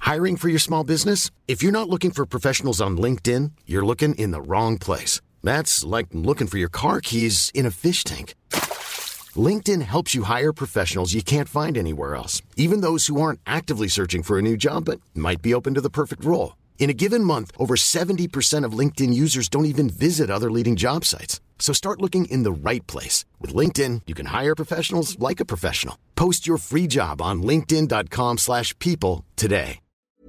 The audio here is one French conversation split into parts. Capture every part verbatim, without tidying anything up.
Hiring for your small business? If you're not looking for professionals on LinkedIn, you're looking in the wrong place. That's like looking for your car keys in a fish tank. LinkedIn helps you hire professionals you can't find anywhere else, even those who aren't actively searching for a new job but might be open to the perfect role. In a given month, over seventy percent of LinkedIn users don't even visit other leading job sites. So start looking in the right place. With LinkedIn, you can hire professionals like a professional. Post your free job on linkedin.com slash people today.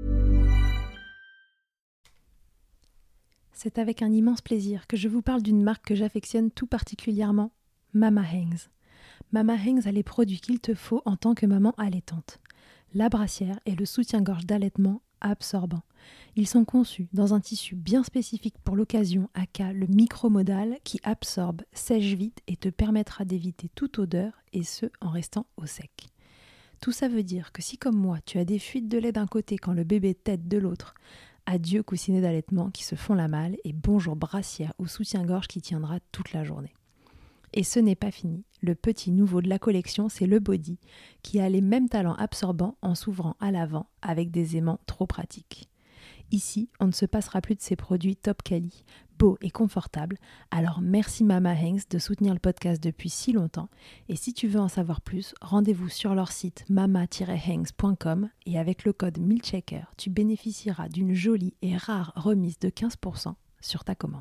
C'est avec un immense plaisir que je vous parle d'une marque que j'affectionne tout particulièrement, Mama Hanks. Mama Hanks a les produits qu'il te faut en tant que maman allaitante. La brassière et le soutien-gorge d'allaitement absorbant. Ils sont conçus dans un tissu bien spécifique pour l'occasion, aka le micromodal, qui absorbe, sèche vite et te permettra d'éviter toute odeur, et ce, en restant au sec. Tout ça veut dire que si, comme moi, tu as des fuites de lait d'un côté quand le bébé tète de l'autre, adieu coussinet d'allaitement qui se font la malle et bonjour brassière ou soutien-gorge qui tiendra toute la journée. Et ce n'est pas fini. Le petit nouveau de la collection, c'est le body, qui a les mêmes talents absorbants en s'ouvrant à l'avant avec des aimants trop pratiques. Ici, on ne se passera plus de ces produits top quali, beaux et confortables. Alors merci Mama Hanks de soutenir le podcast depuis si longtemps. Et si tu veux en savoir plus, rendez-vous sur leur site mama tiret hanks point com et avec le code MILCHECKER, tu bénéficieras d'une jolie et rare remise de quinze pour cent sur ta commande.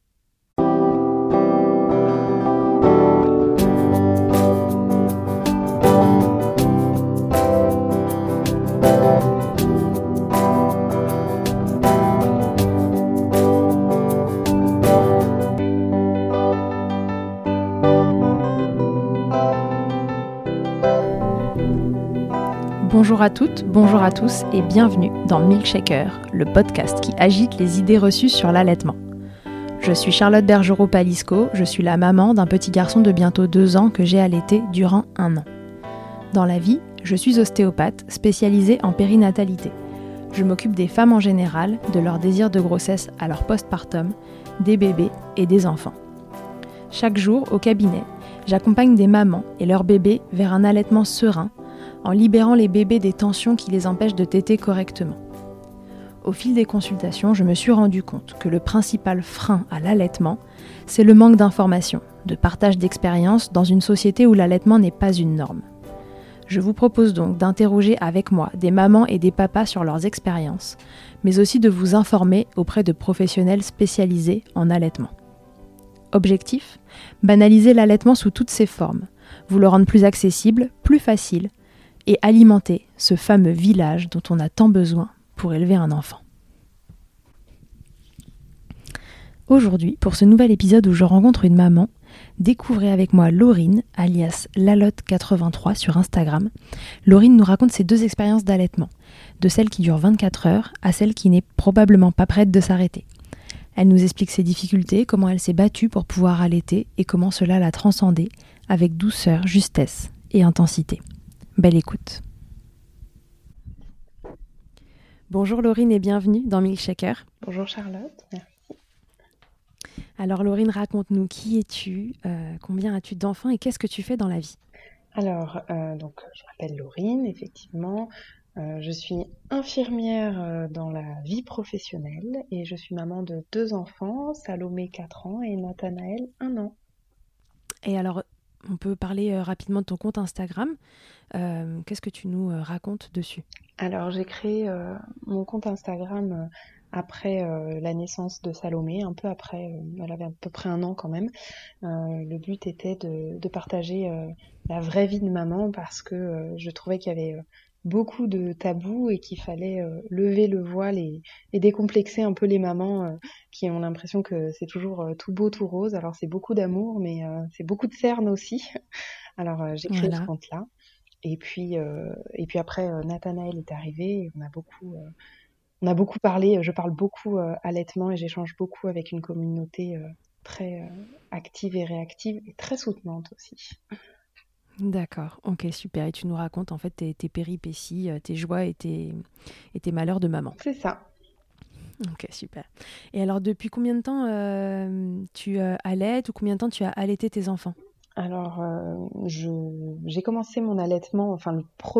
Bonjour à toutes, bonjour à tous et bienvenue dans Milkshaker, le podcast qui agite les idées reçues sur l'allaitement. Je suis Charlotte Bergerot-Palisco, je suis la maman d'un petit garçon de bientôt deux ans que j'ai allaité durant un an. Dans la vie, je suis ostéopathe spécialisée en périnatalité. Je m'occupe des femmes en général, de leur désir de grossesse à leur postpartum, des bébés et des enfants. Chaque jour, au cabinet, j'accompagne des mamans et leurs bébés vers un allaitement serein, en libérant les bébés des tensions qui les empêchent de téter correctement. Au fil des consultations, je me suis rendu compte que le principal frein à l'allaitement, c'est le manque d'information, de partage d'expériences dans une société où l'allaitement n'est pas une norme. Je vous propose donc d'interroger avec moi des mamans et des papas sur leurs expériences, mais aussi de vous informer auprès de professionnels spécialisés en allaitement. Objectif : banaliser l'allaitement sous toutes ses formes, vous le rendre plus accessible, plus facile, et alimenter ce fameux village dont on a tant besoin pour élever un enfant. Aujourd'hui, pour ce nouvel épisode où je rencontre une maman, découvrez avec moi Laurine, alias Lalotte quatre-vingt-trois sur Instagram. Laurine nous raconte ses deux expériences d'allaitement, de celle qui dure vingt-quatre heures à celle qui n'est probablement pas prête de s'arrêter. Elle nous explique ses difficultés, comment elle s'est battue pour pouvoir allaiter et comment cela l'a transcendée avec douceur, justesse et intensité. Belle écoute. Bonjour Laurine et bienvenue dans Milkshaker. Bonjour Charlotte, merci. Alors Laurine, raconte-nous, qui es-tu, euh, combien as-tu d'enfants et qu'est-ce que tu fais dans la vie ? Alors, euh, donc, je m'appelle Laurine, effectivement. Euh, je suis infirmière euh, dans la vie professionnelle et je suis maman de deux enfants, Salomé quatre ans et Nathanaël un an. Et alors, on peut parler euh, rapidement de ton compte Instagram. Euh, qu'est-ce que tu nous euh, racontes dessus ? Alors, j'ai créé euh, mon compte Instagram euh, après euh, la naissance de Salomé, un peu après, euh, elle avait à peu près un an quand même. Euh, le but était de, de partager euh, la vraie vie de maman parce que euh, je trouvais qu'il y avait euh, beaucoup de tabous et qu'il fallait euh, lever le voile et, et décomplexer un peu les mamans euh, qui ont l'impression que c'est toujours euh, tout beau, tout rose. Alors c'est beaucoup d'amour, mais euh, c'est beaucoup de cernes aussi. Alors euh, j'ai créé Voilà. ce compte-là. Et puis, euh, et puis après, euh, Nathanaël est arrivé et on a beaucoup, euh, on a beaucoup parlé. Je parle beaucoup euh, allaitement et j'échange beaucoup avec une communauté euh, très euh, active et réactive et très soutenante aussi. D'accord, ok, super. Et tu nous racontes en fait tes, tes péripéties, tes joies et tes, et tes malheurs de maman. C'est ça. Ok, super. Et alors, depuis combien de temps euh, tu euh, allaites ou combien de temps tu as allaité tes enfants ? Alors, euh, je, j'ai commencé mon allaitement, enfin le premier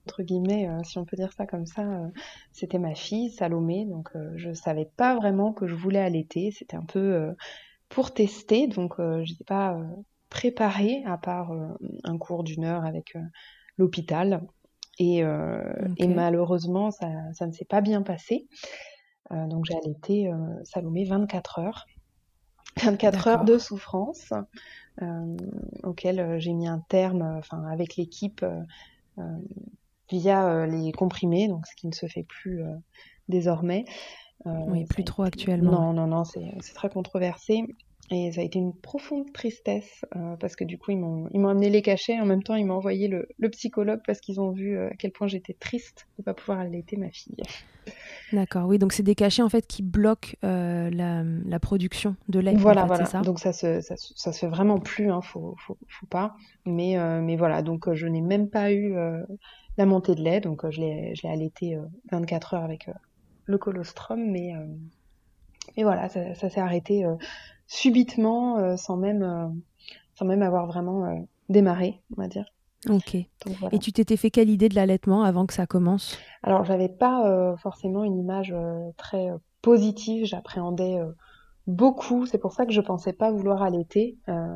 entre guillemets, euh, si on peut dire ça comme ça, euh, c'était ma fille, Salomé. Donc, euh, je savais pas vraiment que je voulais allaiter. C'était un peu euh, pour tester. Donc, euh, je n'étais pas euh, préparée, à part euh, un cours d'une heure avec euh, l'hôpital. Et, euh, Ok. et malheureusement, ça, ça ne s'est pas bien passé. Euh, donc, j'ai allaité euh, Salomé vingt-quatre heures. vingt-quatre heures de D'accord. souffrance euh, auquel euh, j'ai mis un terme, enfin, avec l'équipe. Euh, euh, via euh, les comprimés, donc ce qui ne se fait plus euh, désormais. Euh, Oui, ça plus a trop été... actuellement. Ouais. Non, non, non, c'est, c'est très controversé. Et ça a été une profonde tristesse euh, parce que du coup, ils m'ont, ils m'ont amené les cachets. En même temps, ils m'ont envoyé le, le psychologue parce qu'ils ont vu euh, à quel point j'étais triste de ne pas pouvoir allaiter ma fille. D'accord, oui, donc c'est des cachets en fait qui bloquent euh, la, la production de lait, en Voilà, fait, c'est voilà. ça? Donc ça se, ça, se- ça se fait vraiment plus, hein, faut, faut, faut pas. Mais, euh, mais voilà, donc euh, je n'ai même pas eu euh, la montée de lait, donc euh, je l'ai, je l'ai allaité euh, vingt-quatre heures avec euh, le colostrum, mais euh, et voilà, ça, ça s'est arrêté euh, subitement, euh, sans même, euh, sans même avoir vraiment euh, démarré, on va dire. Ok. Donc Et voilà. tu t'étais fait quelle idée de l'allaitement avant que ça commence? Alors j'avais pas euh, forcément une image euh, très euh, positive, j'appréhendais euh, beaucoup. C'est pour ça que je pensais pas vouloir allaiter, euh,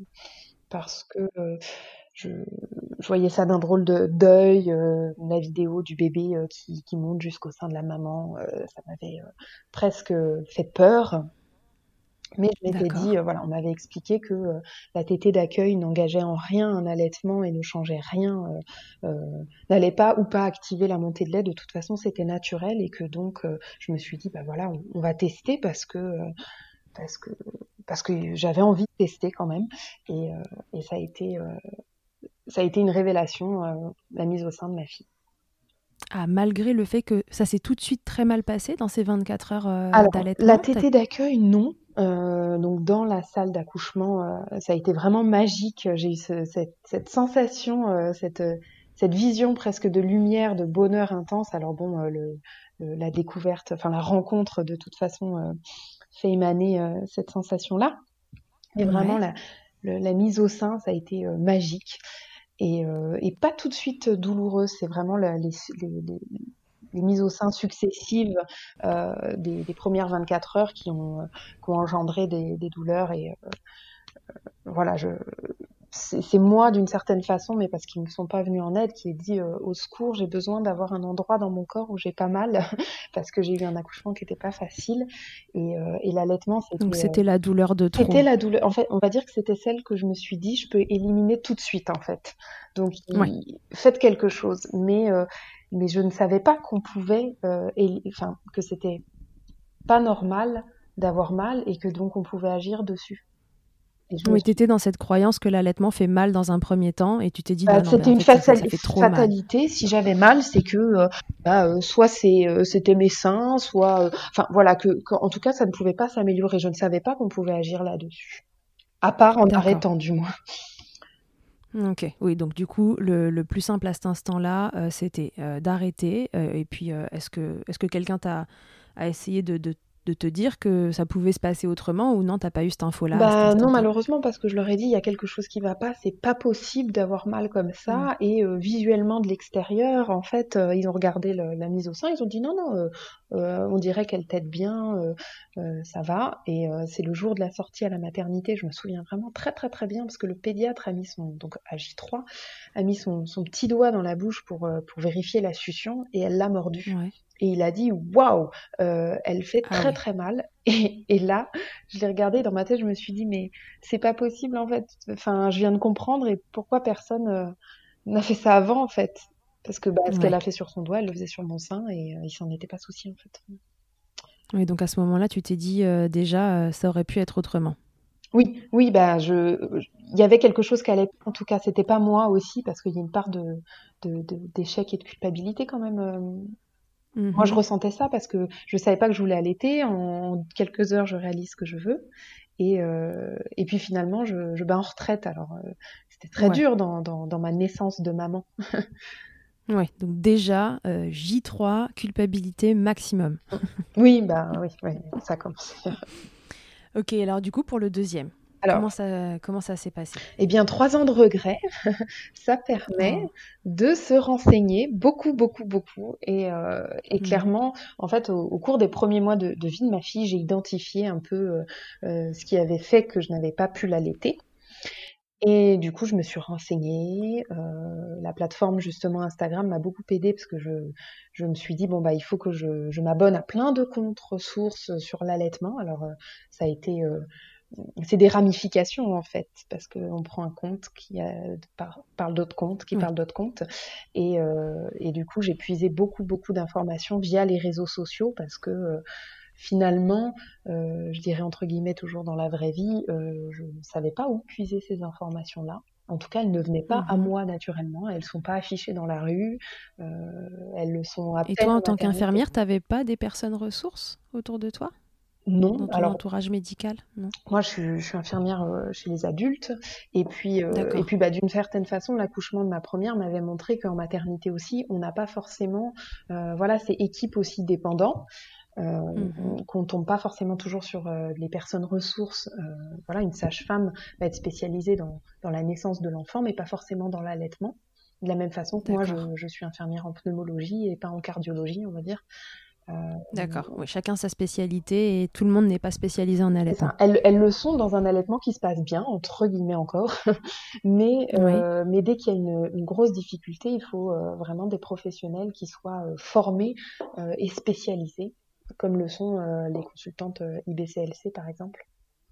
parce que euh, je, je voyais ça d'un drôle de d'œil, euh, la vidéo du bébé euh, qui, qui monte jusqu'au sein de la maman, euh, ça m'avait euh, presque fait peur. Mais je m'étais dit, D'accord. euh, voilà, on m'avait expliqué que euh, la tétée d'accueil n'engageait en rien un allaitement et ne changeait rien, euh, euh, n'allait pas ou pas activer la montée de lait. De toute façon, c'était naturel et que donc, euh, je me suis dit, bah voilà, on, on va tester parce que euh, parce que parce que j'avais envie de tester quand même. Et, euh, et ça a été euh, ça a été une révélation, euh, la mise au sein de ma fille. Ah, malgré le fait que ça s'est tout de suite très mal passé dans ces vingt-quatre heures euh, Alors, la d'allaitement, t'as- tétée d'accueil, non. Euh, donc dans la salle d'accouchement, euh, ça a été vraiment magique. J'ai eu ce- cette, cette sensation, euh, cette, euh, cette vision presque de lumière, de bonheur intense. Alors bon, euh, le, le- la découverte, enfin la rencontre de toute façon euh, fait émaner euh, cette sensation-là. Mais vraiment ouais. la, le- la mise au sein, ça a été euh, magique et, euh, et pas tout de suite douloureuse. C'est vraiment la- les, les, les, les mises au sein successives euh, des, des premières vingt-quatre heures qui ont, euh, qui ont engendré des, des douleurs. Et euh, voilà, je, c'est, c'est moi d'une certaine façon, mais parce qu'ils ne me sont pas venus en aide, qui ai dit euh, au secours, j'ai besoin d'avoir un endroit dans mon corps où j'ai pas mal, parce que j'ai eu un accouchement qui n'était pas facile. Et, euh, et l'allaitement, Donc c'était... euh, c'était la douleur de c'était trop. la douleur. En fait, on va dire que c'était celle que je me suis dit, je peux éliminer tout de suite, en fait. Donc, Ouais. il- faites quelque chose. Mais, euh, mais je ne savais pas qu'on pouvait, euh, éli- enfin, que c'était pas normal d'avoir mal et que donc on pouvait agir dessus. Et je me Oui, suis, t'étais dans cette croyance que l'allaitement fait mal dans un premier temps et tu t'es dit, bah, bah non, bah c'était en une fait ça fait, ça fatali- fait trop mal. fatalité. Si j'avais mal, c'est que, euh, bah, euh, soit c'est, euh, c'était mes seins, soit, euh, enfin, voilà, que, que- en tout cas, ça ne pouvait pas s'améliorer. Je ne savais pas qu'on pouvait agir là-dessus. À part en D'accord. arrêtant, du moins. Ok, oui, donc du coup, le, le plus simple à cet instant-là, euh, c'était euh, d'arrêter. Euh, et puis, euh, est-ce que, est-ce que quelqu'un t'a a essayé de, de, de te dire que ça pouvait se passer autrement ou non, t'as pas eu cette info-là à cet Bah non, instant T? malheureusement, parce que je leur ai dit, il y a quelque chose qui va pas, c'est pas possible d'avoir mal comme Hmm. ça. Et euh, visuellement de l'extérieur, en fait, euh, ils ont regardé le- la mise au sein, ils ont dit non, non, euh, euh, on dirait qu'elle tète bien, euh, euh, ça va. Et euh, c'est le jour de la sortie à la maternité, je me souviens vraiment très très très bien, parce que le pédiatre a mis son, donc à J trois, a mis son, son petit doigt dans la bouche pour, euh, pour vérifier la succion, et elle l'a mordu. Ouais. Et il a dit, waouh, euh, elle fait Ah très ouais. très mal. Et, et là, je l'ai regardé dans ma tête, je me suis dit, mais c'est pas possible en fait. Enfin, je viens de comprendre et pourquoi personne euh, n'a fait ça avant en fait. Parce que bah, ce qu'elle Ouais. a fait sur son doigt, elle le faisait sur mon sein et euh, il s'en était pas souci en fait. Oui, donc à ce moment-là, tu t'es dit euh, déjà, euh, ça aurait pu être autrement. Oui, oui, bah je, il y avait quelque chose qui allait. En tout cas, c'était pas moi aussi parce qu'il y a une part de, de, de- d'échec et de culpabilité quand même. euh. Moi, je Mhm. ressentais ça parce que je savais pas que je voulais allaiter. En quelques heures, je réalise ce que je veux. Et, euh, et puis finalement, je, je bats en retraite. Alors, euh, c'était très Ouais. dur dans, dans, dans ma naissance de maman. Ouais. Donc déjà, euh, J trois, culpabilité maximum. Oui, bah oui, oui, ça commence. Ok, alors du coup, pour le deuxième. Alors, Comment ça, comment ça s'est passé? eh bien, trois ans de regret, ça permet Oh. de se renseigner beaucoup, beaucoup, beaucoup. Et, euh, et Mhm. clairement, en fait, au, au cours des premiers mois de, de vie de ma fille, j'ai identifié un peu euh, euh, ce qui avait fait que je n'avais pas pu l'allaiter. Et du coup, je me suis renseignée. Euh, la plateforme, justement, Instagram m'a beaucoup aidée parce que je, je me suis dit, bon, bah, il faut que je, je m'abonne à plein de comptes ressources sur l'allaitement. Alors, euh, ça a été... Euh, c'est des ramifications, en fait, parce qu'on prend un compte qui a, par, parle d'autres comptes, qui Oui. parle d'autres comptes. Et, euh, et du coup, j'ai puisé beaucoup, beaucoup d'informations via les réseaux sociaux parce que... Euh, finalement, euh, je dirais entre guillemets toujours dans la vraie vie, euh, je ne savais pas où puiser ces informations-là. En tout cas, elles ne venaient pas à Mhm. moi naturellement, elles ne sont pas affichées dans la rue, euh, elles le sont à Et peine toi, en en tant maternité. qu'infirmière, t'avais pas des personnes ressources autour de toi, Non, dans ton alors entourage médical? Non? moi je suis, je suis infirmière euh, chez les adultes, et puis, euh, et D'accord. puis bah, d'une certaine façon, l'accouchement de ma première m'avait montré qu'en maternité aussi, on n'a pas forcément, euh, voilà, c'est équipe aussi dépendant. Euh, Mhm. qu'on tombe pas forcément toujours sur euh, les personnes ressources. Euh, voilà, une sage-femme va être spécialisée dans, dans la naissance de l'enfant, mais pas forcément dans l'allaitement. De la même façon que moi, je, D'accord. je suis infirmière en pneumologie et pas en cardiologie, on va dire. Euh, D'accord. Oui, chacun sa spécialité et tout le monde n'est pas spécialisé en c'est allaitement. ça. Elles, elles le sont dans un allaitement qui se passe bien, entre guillemets encore, mais, Oui. euh, mais dès qu'il y a une, une grosse difficulté, il faut euh, vraiment des professionnels qui soient euh, formés euh, et spécialisés, comme le sont euh, les consultantes euh, I B C L C par exemple.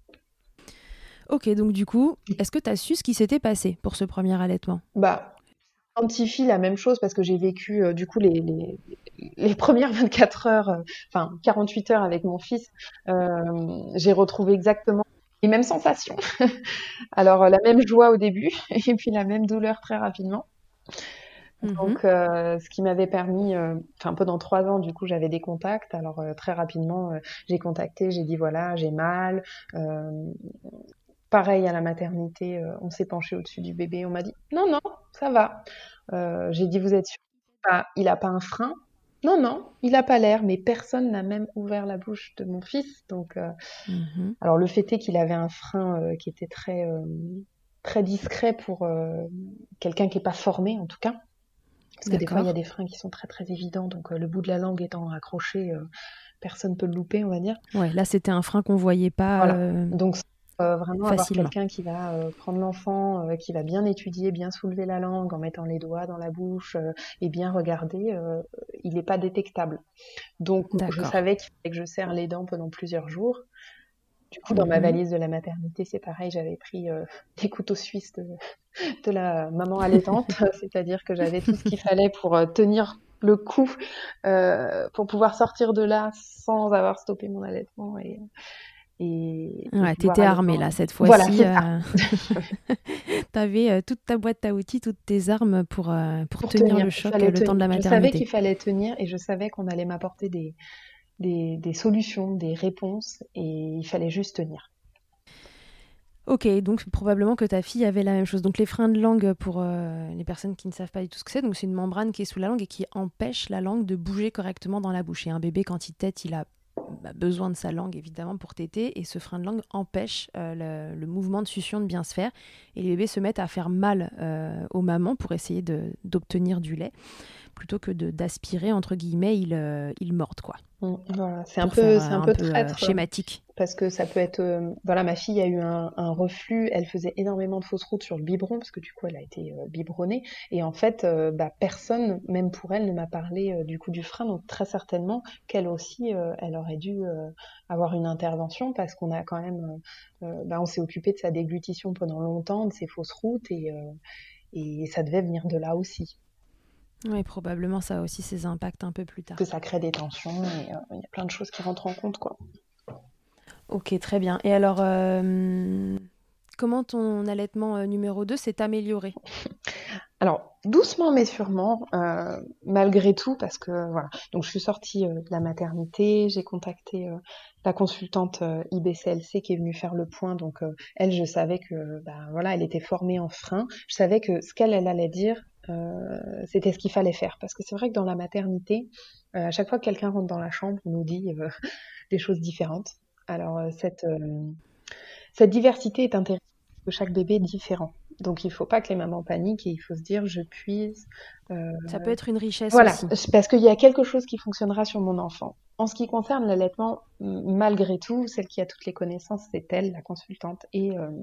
Ok, donc du coup, est-ce que tu as su ce qui s'était passé pour ce premier allaitement? Bah, quantifie la même chose parce que j'ai vécu euh, du coup les, les, les premières vingt-quatre heures, euh, enfin quarante-huit heures avec mon fils, euh, j'ai retrouvé exactement les mêmes sensations. Alors euh, la même joie au début et puis la même douleur très rapidement. Mhm. Donc euh, ce qui m'avait permis, euh, enfin pendant trois ans du coup j'avais des contacts. Alors euh, très rapidement euh, j'ai contacté, j'ai dit voilà j'ai mal. Euh, Pareil à la maternité, euh, on s'est penché au-dessus du bébé, on m'a dit non non ça va. Euh, j'ai dit vous êtes sûr? Pas- il a pas un frein? Non, non, il a pas l'air, mais personne n'a même ouvert la bouche de mon fils. Donc, euh, Mhm. alors le fait est qu'il avait un frein euh, qui était très, euh, très discret pour euh, quelqu'un qui n'est pas formé, en tout cas. Parce que des fois, il y a D'accord. des freins qui sont très, très évidents. Donc, euh, le bout de la langue étant accroché, euh, personne ne peut le louper, on va dire. Ouais, là c'était un frein qu'on voyait pas Voilà. euh, Donc, euh, vraiment avoir facilement. quelqu'un qui va euh, prendre l'enfant, euh, qui va bien étudier, bien soulever la langue en mettant les doigts dans la bouche euh, et bien regarder, euh, il n'est pas détectable. Donc, je D'accord. savais qu'il fallait que je serre les dents pendant plusieurs jours. Du coup, dans ma Mhm. valise de la maternité, c'est pareil, j'avais pris euh, des couteaux suisses de, de la maman allaitante, c'est-à-dire que j'avais tout ce qu'il fallait pour euh, tenir le coup, euh, pour pouvoir sortir de là sans avoir stoppé mon allaitement et, et, et Ouais, pouvoir t'étais aller armée voir. là cette Voilà, fois-ci. c'est ça, Euh... T'avais euh, toute ta boîte à outils, toutes tes armes pour, euh, pour pour tenir tenir. le Il choc euh, fallait le temps tenir. de la Je savais maternité. qu'il fallait tenir et je savais qu'on allait m'apporter des, des, des solutions, des réponses et il fallait juste tenir. Ok, donc probablement que ta fille avait la même chose. Donc les freins de langue, pour euh, les personnes qui ne savent pas du tout ce que c'est, donc c'est une membrane qui est sous la langue et qui empêche la langue de bouger correctement dans la bouche. Et un bébé, quand il tète, il a bah, besoin de sa langue évidemment pour téter, et ce frein de langue empêche euh, le, le mouvement de succion de bien se faire. Et les bébés se mettent à faire mal euh, aux mamans pour essayer de, d'obtenir du lait, plutôt que de, d'aspirer, entre guillemets, ils, euh, ils mordent, quoi. Mm, Voilà, c'est un Pour faire peu, euh, c'est un un peu peu euh, traître. schématique. Parce que ça peut être, euh, voilà, ma fille a eu un, un reflux, elle faisait énormément de fausses routes sur le biberon, parce que du coup elle a été euh, biberonnée, et en fait, euh, bah, personne, même pour elle, ne m'a parlé euh, du coup du frein, donc très certainement qu'elle aussi, euh, elle aurait dû euh, avoir une intervention, parce qu'on a quand même, euh, euh, bah, on s'est occupé de sa déglutition pendant longtemps, de ses fausses routes, et, euh, et ça devait venir de là aussi, Oui, probablement ça a aussi ses impacts un peu plus que tard. ça crée des tensions, et euh, il y a plein de choses qui rentrent en compte, quoi. Ok, très bien. Et alors, euh, comment ton allaitement euh, numéro deux s'est amélioré? Alors, doucement mais sûrement, euh, malgré tout, parce que voilà. Donc, je suis sortie euh, de la maternité, j'ai contacté euh, la consultante euh, I B C L C qui est venue faire le point. Donc, euh, elle, je savais que, bah, voilà, elle était formée en frein. Je savais que ce qu'elle elle allait dire, euh, c'était ce qu'il fallait faire. Parce que c'est vrai que dans la maternité, euh, à chaque fois que quelqu'un rentre dans la chambre, on nous dit euh, des choses différentes. Alors, euh, cette, euh, cette diversité est intéressante parce que chaque bébé est différent. Donc il faut pas que les mamans paniquent et il faut se dire je puise. Euh, Ça peut être une richesse voilà, aussi. parce qu'il y a quelque chose qui fonctionnera sur mon enfant. En ce qui concerne l'allaitement, malgré tout, celle qui a toutes les connaissances, c'est elle, la consultante. Et, euh,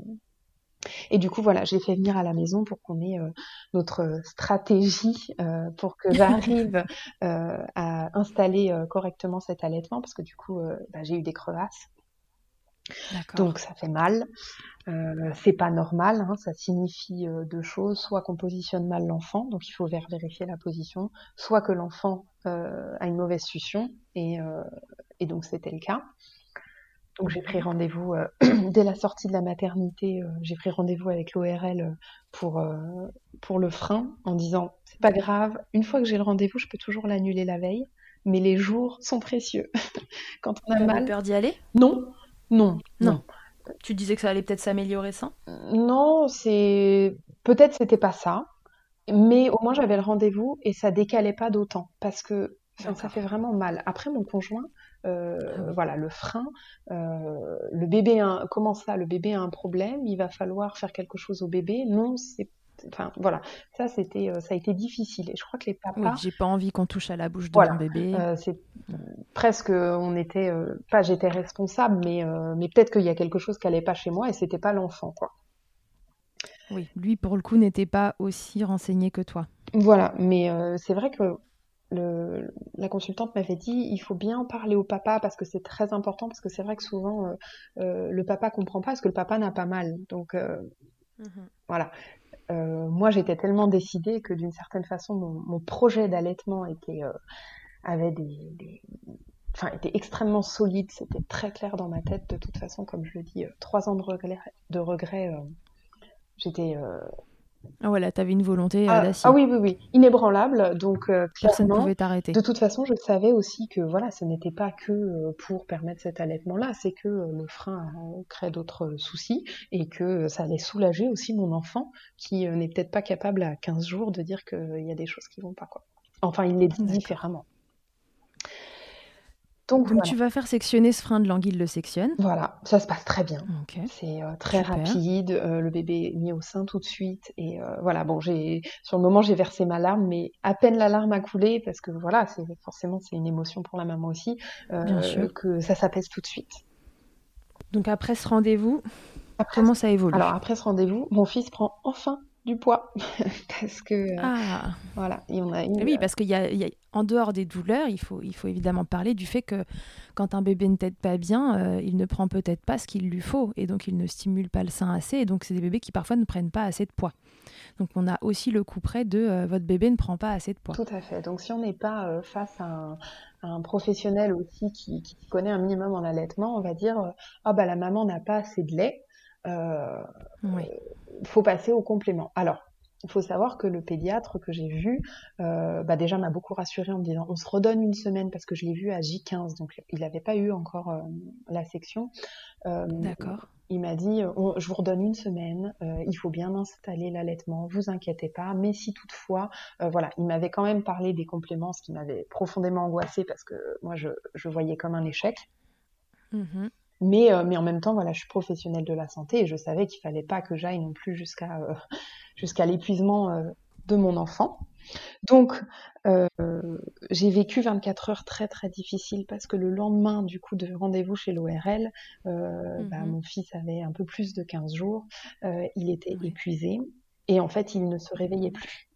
et du coup, voilà, j'ai fait venir à la maison pour qu'on ait euh, notre stratégie euh, pour que j'arrive euh, à installer euh, correctement cet allaitement, parce que du coup, euh, bah, j'ai eu des crevasses. D'accord. Donc ça fait mal. Euh, c'est pas normal, hein, ça signifie euh, deux choses, soit qu'on positionne mal l'enfant, donc il faut ver- vérifier la position, soit que l'enfant euh, a une mauvaise succion, et, euh, et donc c'était le cas. Donc j'ai pris rendez-vous euh, dès la sortie de la maternité, euh, j'ai pris rendez-vous avec l'O R L pour, euh, pour le frein, en disant c'est pas grave, une fois que j'ai le rendez-vous, je peux toujours l'annuler la veille, mais les jours sont précieux. Quand on a T'avais mal, peur d'y aller? non, non, Non. non. Tu disais que ça allait peut-être s'améliorer sans? Non, c'est peut-être c'était pas ça, mais au moins j'avais le rendez-vous et ça décalait pas d'autant parce que enfin, ça D'accord. fait vraiment mal. Après mon conjoint, euh, Ah oui. voilà, le frein, euh, le bébé a un- comment ça, le bébé a un problème, il va falloir faire quelque chose au bébé. Non, c'est enfin voilà, ça c'était euh, ça a été difficile et je crois que les Oui, papas, j'ai pas envie qu'on touche à la bouche de mon voilà, bébé. euh, c'est presque on était euh, pas j'étais responsable, mais euh, mais peut-être qu'il y a quelque chose qui allait pas chez moi et c'était pas l'enfant quoi. Oui, lui pour le coup n'était pas aussi renseigné que toi. Voilà, mais euh, c'est vrai que le, la consultante m'avait dit il faut bien en parler au papa parce que c'est très important parce que c'est vrai que souvent euh, euh, le papa comprend pas parce que le papa n'a pas mal. Donc euh, Mhm. voilà. Euh, moi j'étais tellement décidée que d'une certaine façon mon, mon projet d'allaitement était euh, avait des, des enfin était extrêmement solide. C'était très clair dans ma tête de toute façon comme je le dis euh, trois ans de regret de regret. Euh, j'étais euh, Ah voilà, t'avais une volonté euh, Ah, ah d'acier. oui, oui, oui, inébranlable. Donc euh, Personne clairement, pouvait t'arrêter. de toute façon, je savais aussi que voilà, ce n'était pas que euh, pour permettre cet allaitement-là, c'est que euh, le frein euh, crée d'autres euh, soucis et que euh, ça allait soulager aussi mon enfant qui euh, n'est peut-être pas capable à quinze jours de dire qu'il y a des choses qui vont pas quoi. Enfin, il les dit D'accord. différemment. Donc Donc voilà. tu vas faire sectionner ce frein de langue, il le sectionne. Voilà, ça se passe très bien. Ok, C'est euh, très super. rapide, euh, le bébé est mis au sein tout de suite et euh, voilà. Bon, j'ai sur le moment j'ai versé ma larme, mais à peine la larme a coulé parce que voilà, c'est forcément c'est une émotion pour la maman aussi Bien euh, sûr. que ça s'apaise tout de suite. Donc après ce rendez-vous, Après, comment ça alors évolue? après ce rendez-vous, mon fils prend enfin du poids parce que euh, Ah, voilà, et on a eh eu oui, parce qu'il y a, il y a- en dehors des douleurs, il faut, il faut évidemment parler du fait que quand un bébé ne tète pas bien, euh, il ne prend peut-être pas ce qu'il lui faut et donc il ne stimule pas le sein assez et donc c'est des bébés qui parfois ne prennent pas assez de poids. Donc on a aussi le coup près de euh, votre bébé ne prend pas assez de poids. tout à fait. Donc si on n'est pas euh, face à un, à un professionnel aussi qui, qui connaît un minimum en allaitement, on va dire euh, ah bah la maman n'a pas assez de lait, euh, Oui, faut passer au complément. Alors il faut savoir que le pédiatre que j'ai vu, euh, bah déjà m'a beaucoup rassurée en me disant on se redonne une semaine parce que je l'ai vu à J quinze, donc il n'avait pas eu encore euh, la section. Euh, d'accord. il m'a dit on, je vous redonne une semaine, euh, il faut bien installer l'allaitement, vous inquiétez pas, mais si toutefois, euh, voilà, il m'avait quand même parlé des compléments, ce qui m'avait profondément angoissée parce que moi je, je voyais comme un échec. Mhm. Mais, euh, mais en même temps, voilà, je suis professionnelle de la santé et je savais qu'il fallait pas que j'aille non plus jusqu'à euh, jusqu'à l'épuisement euh, de mon enfant. Donc, euh, j'ai vécu vingt-quatre heures très très difficiles parce que le lendemain du coup de rendez-vous chez l'O R L, euh, bah, Mhm. mon fils avait un peu plus de quinze jours, euh, il était Ouais. épuisé et en fait il ne se réveillait plus.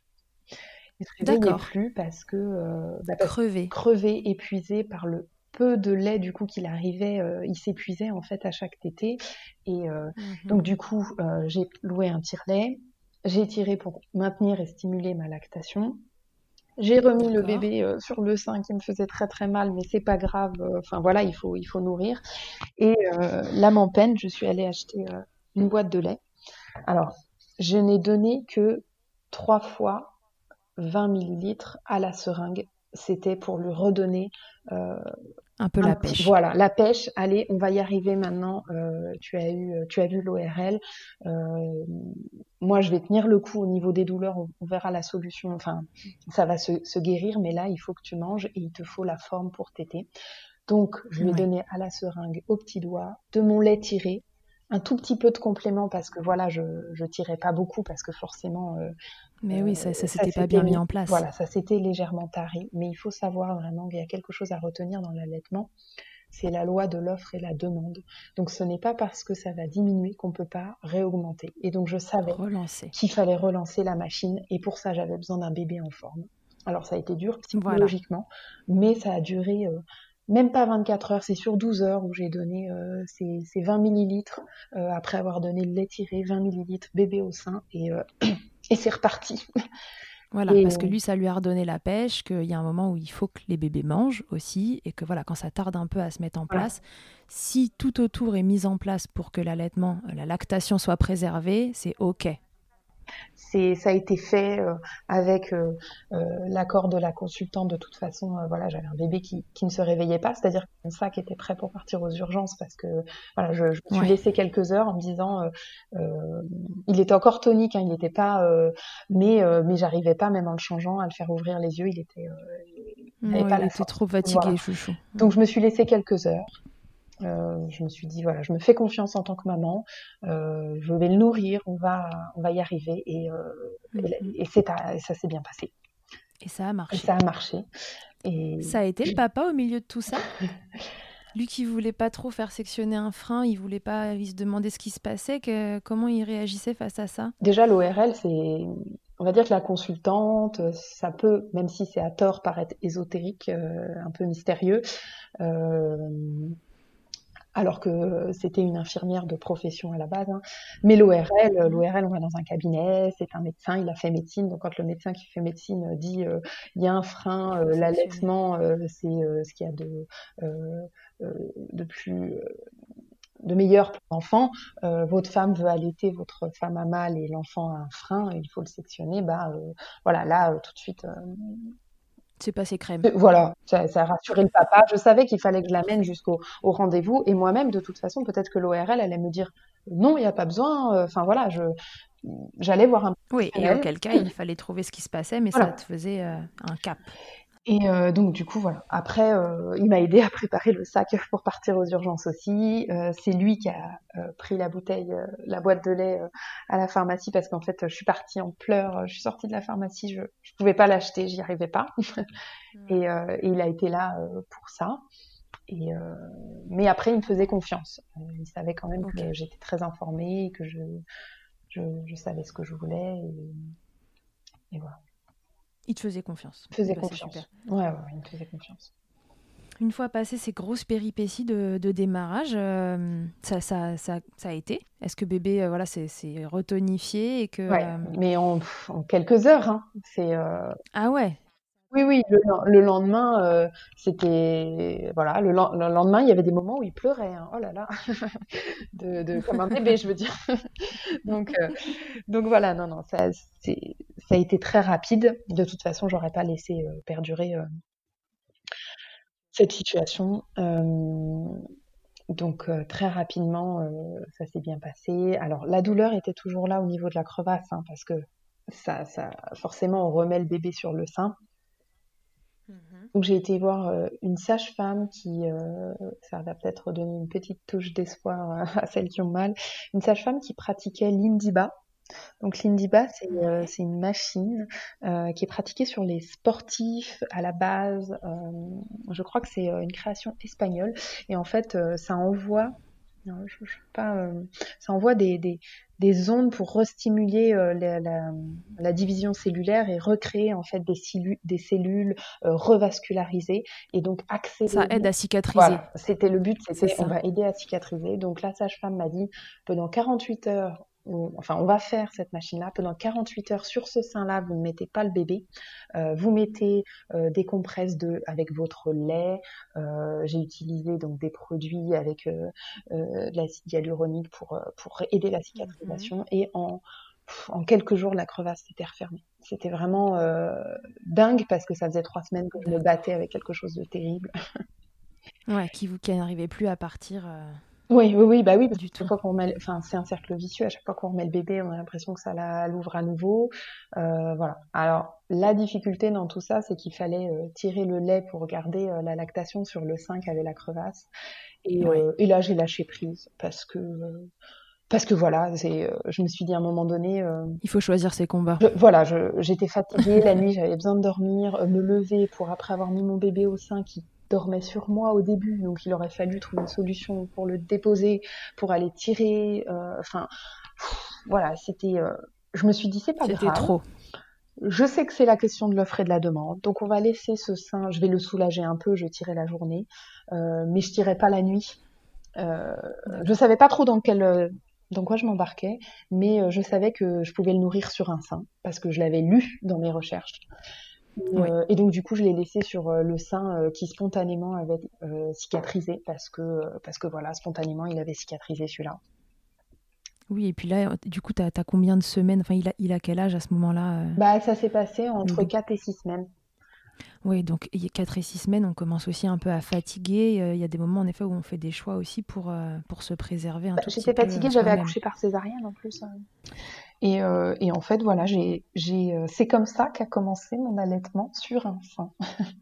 Il se réveillait D'accord. plus parce que, euh, bah, parce que Crevé. crevé, épuisé par le peu de lait du coup qu'il arrivait, euh, il s'épuisait en fait à chaque tétée et euh, Mhm. donc du coup euh, j'ai loué un tire-lait, j'ai tiré pour maintenir et stimuler ma lactation. J'ai remis le D'accord. bébé euh, sur le sein qui me faisait très très mal, mais c'est pas grave. euh, Enfin voilà, il faut il faut nourrir. Et euh, l'âme en peine, je suis allée acheter euh, une boîte de lait. Alors, je n'ai donné que trois fois vingt millilitres à la seringue. C'était pour lui redonner euh, Un peu un la petit, pêche. voilà, la pêche. Allez, on va y arriver maintenant. Euh, tu as eu, tu as vu l'O R L. Euh, moi, je vais tenir le coup au niveau des douleurs. On, on verra la solution. Enfin, ça va se, se guérir, mais là, il faut que tu manges et il te faut la forme pour téter. Donc, je lui ai Oui. donné à la seringue, au petit doigt, de mon lait tiré. un tout petit peu de complément parce que voilà, je je tirais pas beaucoup parce que forcément euh, Mais oui, ça, ça euh, ça s'était pas s'était bien mis en place. voilà, ça s'était légèrement taré. Mais il faut savoir vraiment qu'il y a quelque chose à retenir dans l'allaitement, c'est la loi de l'offre et la demande. Donc ce n'est pas parce que ça va diminuer qu'on peut pas réaugmenter. Et donc je savais Relancer. qu'il fallait relancer la machine et pour ça j'avais besoin d'un bébé en forme. Alors ça a été dur Voilà. psychologiquement, mais ça a duré euh, même pas vingt-quatre heures, c'est sur douze heures où j'ai donné euh, ces, ces vingt millilitres euh, après avoir donné le lait tiré, vingt millilitres bébé au sein et, euh, et c'est reparti. Voilà, Et parce que lui, ça lui a redonné la pêche, qu'il y a un moment où il faut que les bébés mangent aussi, et que voilà, quand ça tarde un peu à se mettre en voilà. place, si tout autour est mis en place pour que l'allaitement, la lactation soit préservée, c'est OK. C'est, ça a été fait euh, avec euh, euh, l'accord de la consultante. De toute façon, euh, voilà, j'avais un bébé qui, qui ne se réveillait pas, c'est-à-dire que mon sac était prêt pour partir aux urgences parce que voilà, je, je me suis Ouais. laissée quelques heures en me disant, euh, euh, il était encore tonique, hein, il n'était pas, euh, mais euh, mais j'arrivais pas même en le changeant à le faire ouvrir les yeux, il était, euh, il n'avait Ouais, pas il la était force. trop fatigué, Voilà. chouchou. Donc je me suis laissée quelques heures. Euh, je me suis dit voilà, je me fais confiance en tant que maman, euh, je vais le nourrir, on va, on va y arriver et, euh, Mhm. et, et, c'est à, et ça s'est bien passé. Et ça a Et marché. ça a marché. Et Ça a été le papa au milieu de tout ça? Lui qui voulait pas trop faire sectionner un frein, il voulait pas, il se demandait ce qui se passait, que, comment il réagissait face à ça? déjà l'O R L, c'est, on va dire que la consultante, ça peut, même si c'est à tort, paraître ésotérique, euh, un peu mystérieux. Euh, alors que c'était une infirmière de profession à la base. Hein. Mais l'O R L, Mhm. l'O R L, on va dans un cabinet, c'est un médecin, il a fait médecine. Donc quand le médecin qui fait médecine dit euh, il y a un frein, Il faut euh, sectionner. l'allaitement, euh, c'est euh, ce qu'il y a de, euh, euh, de plus euh, de meilleur pour l'enfant, euh, votre femme veut allaiter, votre femme a mal et l'enfant a un frein, il faut le sectionner, bah euh, voilà, là euh, tout de suite euh, C'est passé crème. voilà, ça, ça a rassuré le papa. Je savais qu'il fallait que je l'amène Parfait. jusqu'au au rendez-vous. Et moi-même, de toute façon, peut-être que l'O R L allait me dire non, il n'y a pas besoin. Enfin voilà, je j'allais voir un Oui, et professionnel. auquel cas, il fallait trouver ce qui se passait, mais ça Voilà. te faisait euh, un cap. Et euh, donc du coup voilà. Après, euh, il m'a aidé à préparer le sac pour partir aux urgences aussi. Euh, c'est lui qui a euh, pris la bouteille, euh, la boîte de lait euh, à la pharmacie parce qu'en fait, je suis partie en pleurs. Je suis sortie de la pharmacie, je je pouvais pas l'acheter, j'y arrivais pas. Ouais. Et, euh, et il a été là euh, pour ça. Et euh, mais après, il me faisait confiance. Euh, il savait quand même Ok. que j'étais très informée, et que je, je, je savais ce que je voulais. Et, et voilà. Il te faisait confiance. Il me faisait Bah, c'est super. confiance. Ouais, ouais, il me faisait confiance. Une fois passé ces grosses péripéties de, de démarrage, euh, ça, ça, ça, ça a été? Est-ce que bébé, euh, voilà, c'est, c'est retonifié et que... Ouais, euh, mais en, en quelques heures, hein. C'est euh, Ah ouais, oui, oui. Le, le lendemain, euh, c'était voilà. Le, le, lendemain, il y avait des moments où il pleurait. Hein. Oh là là, de, de comme un bébé, je veux dire. donc, euh, donc voilà. Non, non, ça, c'est, ça a été très rapide. De toute façon, j'aurais pas laissé euh, perdurer euh, cette situation. Euh, donc euh, très rapidement, euh, ça s'est bien passé. Alors la douleur était toujours là au niveau de la crevasse, hein, parce que ça, ça, forcément, on remet le bébé sur le sein. Donc j'ai été voir euh, une sage-femme qui, euh, ça va peut-être donner une petite touche d'espoir à celles qui ont mal, une sage-femme qui pratiquait l'Indiba. Donc l'Indiba, c'est euh, ouais. c'est une machine euh, qui est pratiquée sur les sportifs à la base. Euh, je crois que c'est euh, une création espagnole. Et en fait, euh, ça envoie, non, je, je sais pas, euh, ça envoie des, des, des ondes pour restimuler euh, la, la, la division cellulaire et recréer en fait des, cellules, des cellules euh, revascularisées et donc Ça accélérer. aide à cicatriser, Voilà, c'était le but, c'est c'était on ça. va aider à cicatriser. Donc la sage-femme m'a dit pendant quarante-huit heures, on, enfin on va faire cette machine-là pendant quarante-huit heures sur ce sein-là, vous ne mettez pas le bébé, euh, vous mettez euh, des compresses de avec votre lait. Euh, j'ai utilisé donc des produits avec euh, euh, de l'acide hyaluronique pour euh, pour aider la Mhm. cicatrisation et en en quelques jours, la crevasse s'était refermée. C'était vraiment euh, dingue parce que ça faisait trois semaines que je me D'accord. battais avec quelque chose de terrible. Ouais, qui, vous- qui n'arrivait plus à partir euh, Oui, oui, oui, bah oui, parce du que chaque tout. fois qu'on remet, enfin, c'est un cercle vicieux. À chaque fois qu'on remet le bébé, on a l'impression que ça la, l'ouvre à nouveau. Euh, voilà. Alors, la difficulté dans tout ça, c'est qu'il fallait euh, tirer le lait pour garder euh, la lactation sur le sein qu'avait la crevasse. Et, Ouais. euh, et là, j'ai lâché prise parce que euh, parce que voilà, c'est, euh, je me suis dit à un moment donné... Euh, il faut choisir ses combats. Je, voilà, je, j'étais fatiguée, la nuit j'avais besoin de dormir, euh, me lever pour après avoir mis mon bébé au sein qui dormait sur moi au début, donc il aurait fallu trouver une solution pour le déposer, pour aller tirer, enfin, euh, voilà, c'était... Euh, je me suis dit, c'est pas c'était grave. C'était trop. Je sais que c'est la question de l'offre et de la demande, donc on va laisser ce sein, je vais le soulager un peu, je tirais la journée, euh, mais je tirais pas la nuit. Euh, je savais pas trop dans quel... dans quoi je m'embarquais, mais euh, je savais que je pouvais le nourrir sur un sein, parce que je l'avais lu dans mes recherches. Et, oui. euh, et donc du coup, je l'ai laissé sur euh, le sein euh, qui spontanément avait euh, cicatrisé, parce que, euh, parce que voilà, spontanément, il avait cicatrisé celui-là. Oui, et puis là, du coup, t'as, t'as combien de semaines, enfin, il a, il a quel âge à ce moment-là euh... Bah, ça s'est passé entre quatre et six semaines. Oui, donc quatre et six semaines, on commence aussi un peu à fatiguer. Il y a des moments, en effet, où on fait des choix aussi pour, euh, pour se préserver un bah, tout j'étais petit fatiguée, peu. j'avais accouché par césarienne en plus. Et, euh, et en fait, voilà, j'ai, j'ai, euh, c'est comme ça qu'a commencé mon allaitement sur un sein.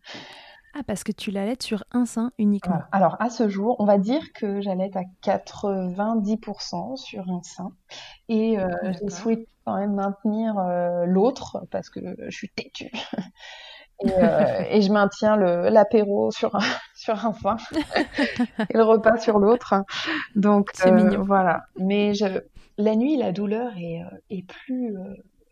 Ah, parce que tu l'allaites sur un sein uniquement. Voilà. Alors, à ce jour, on va dire que j'allaite à quatre-vingt-dix pour cent sur un sein. Et euh, j'ai souhaité quand même maintenir euh, l'autre parce que je suis têtue. Et, euh, et je maintiens le, l'apéro sur un, sur un sein et le repas sur l'autre. Donc, c'est euh, mignon. Voilà. Mais je, la nuit, la douleur est, euh, est plus euh,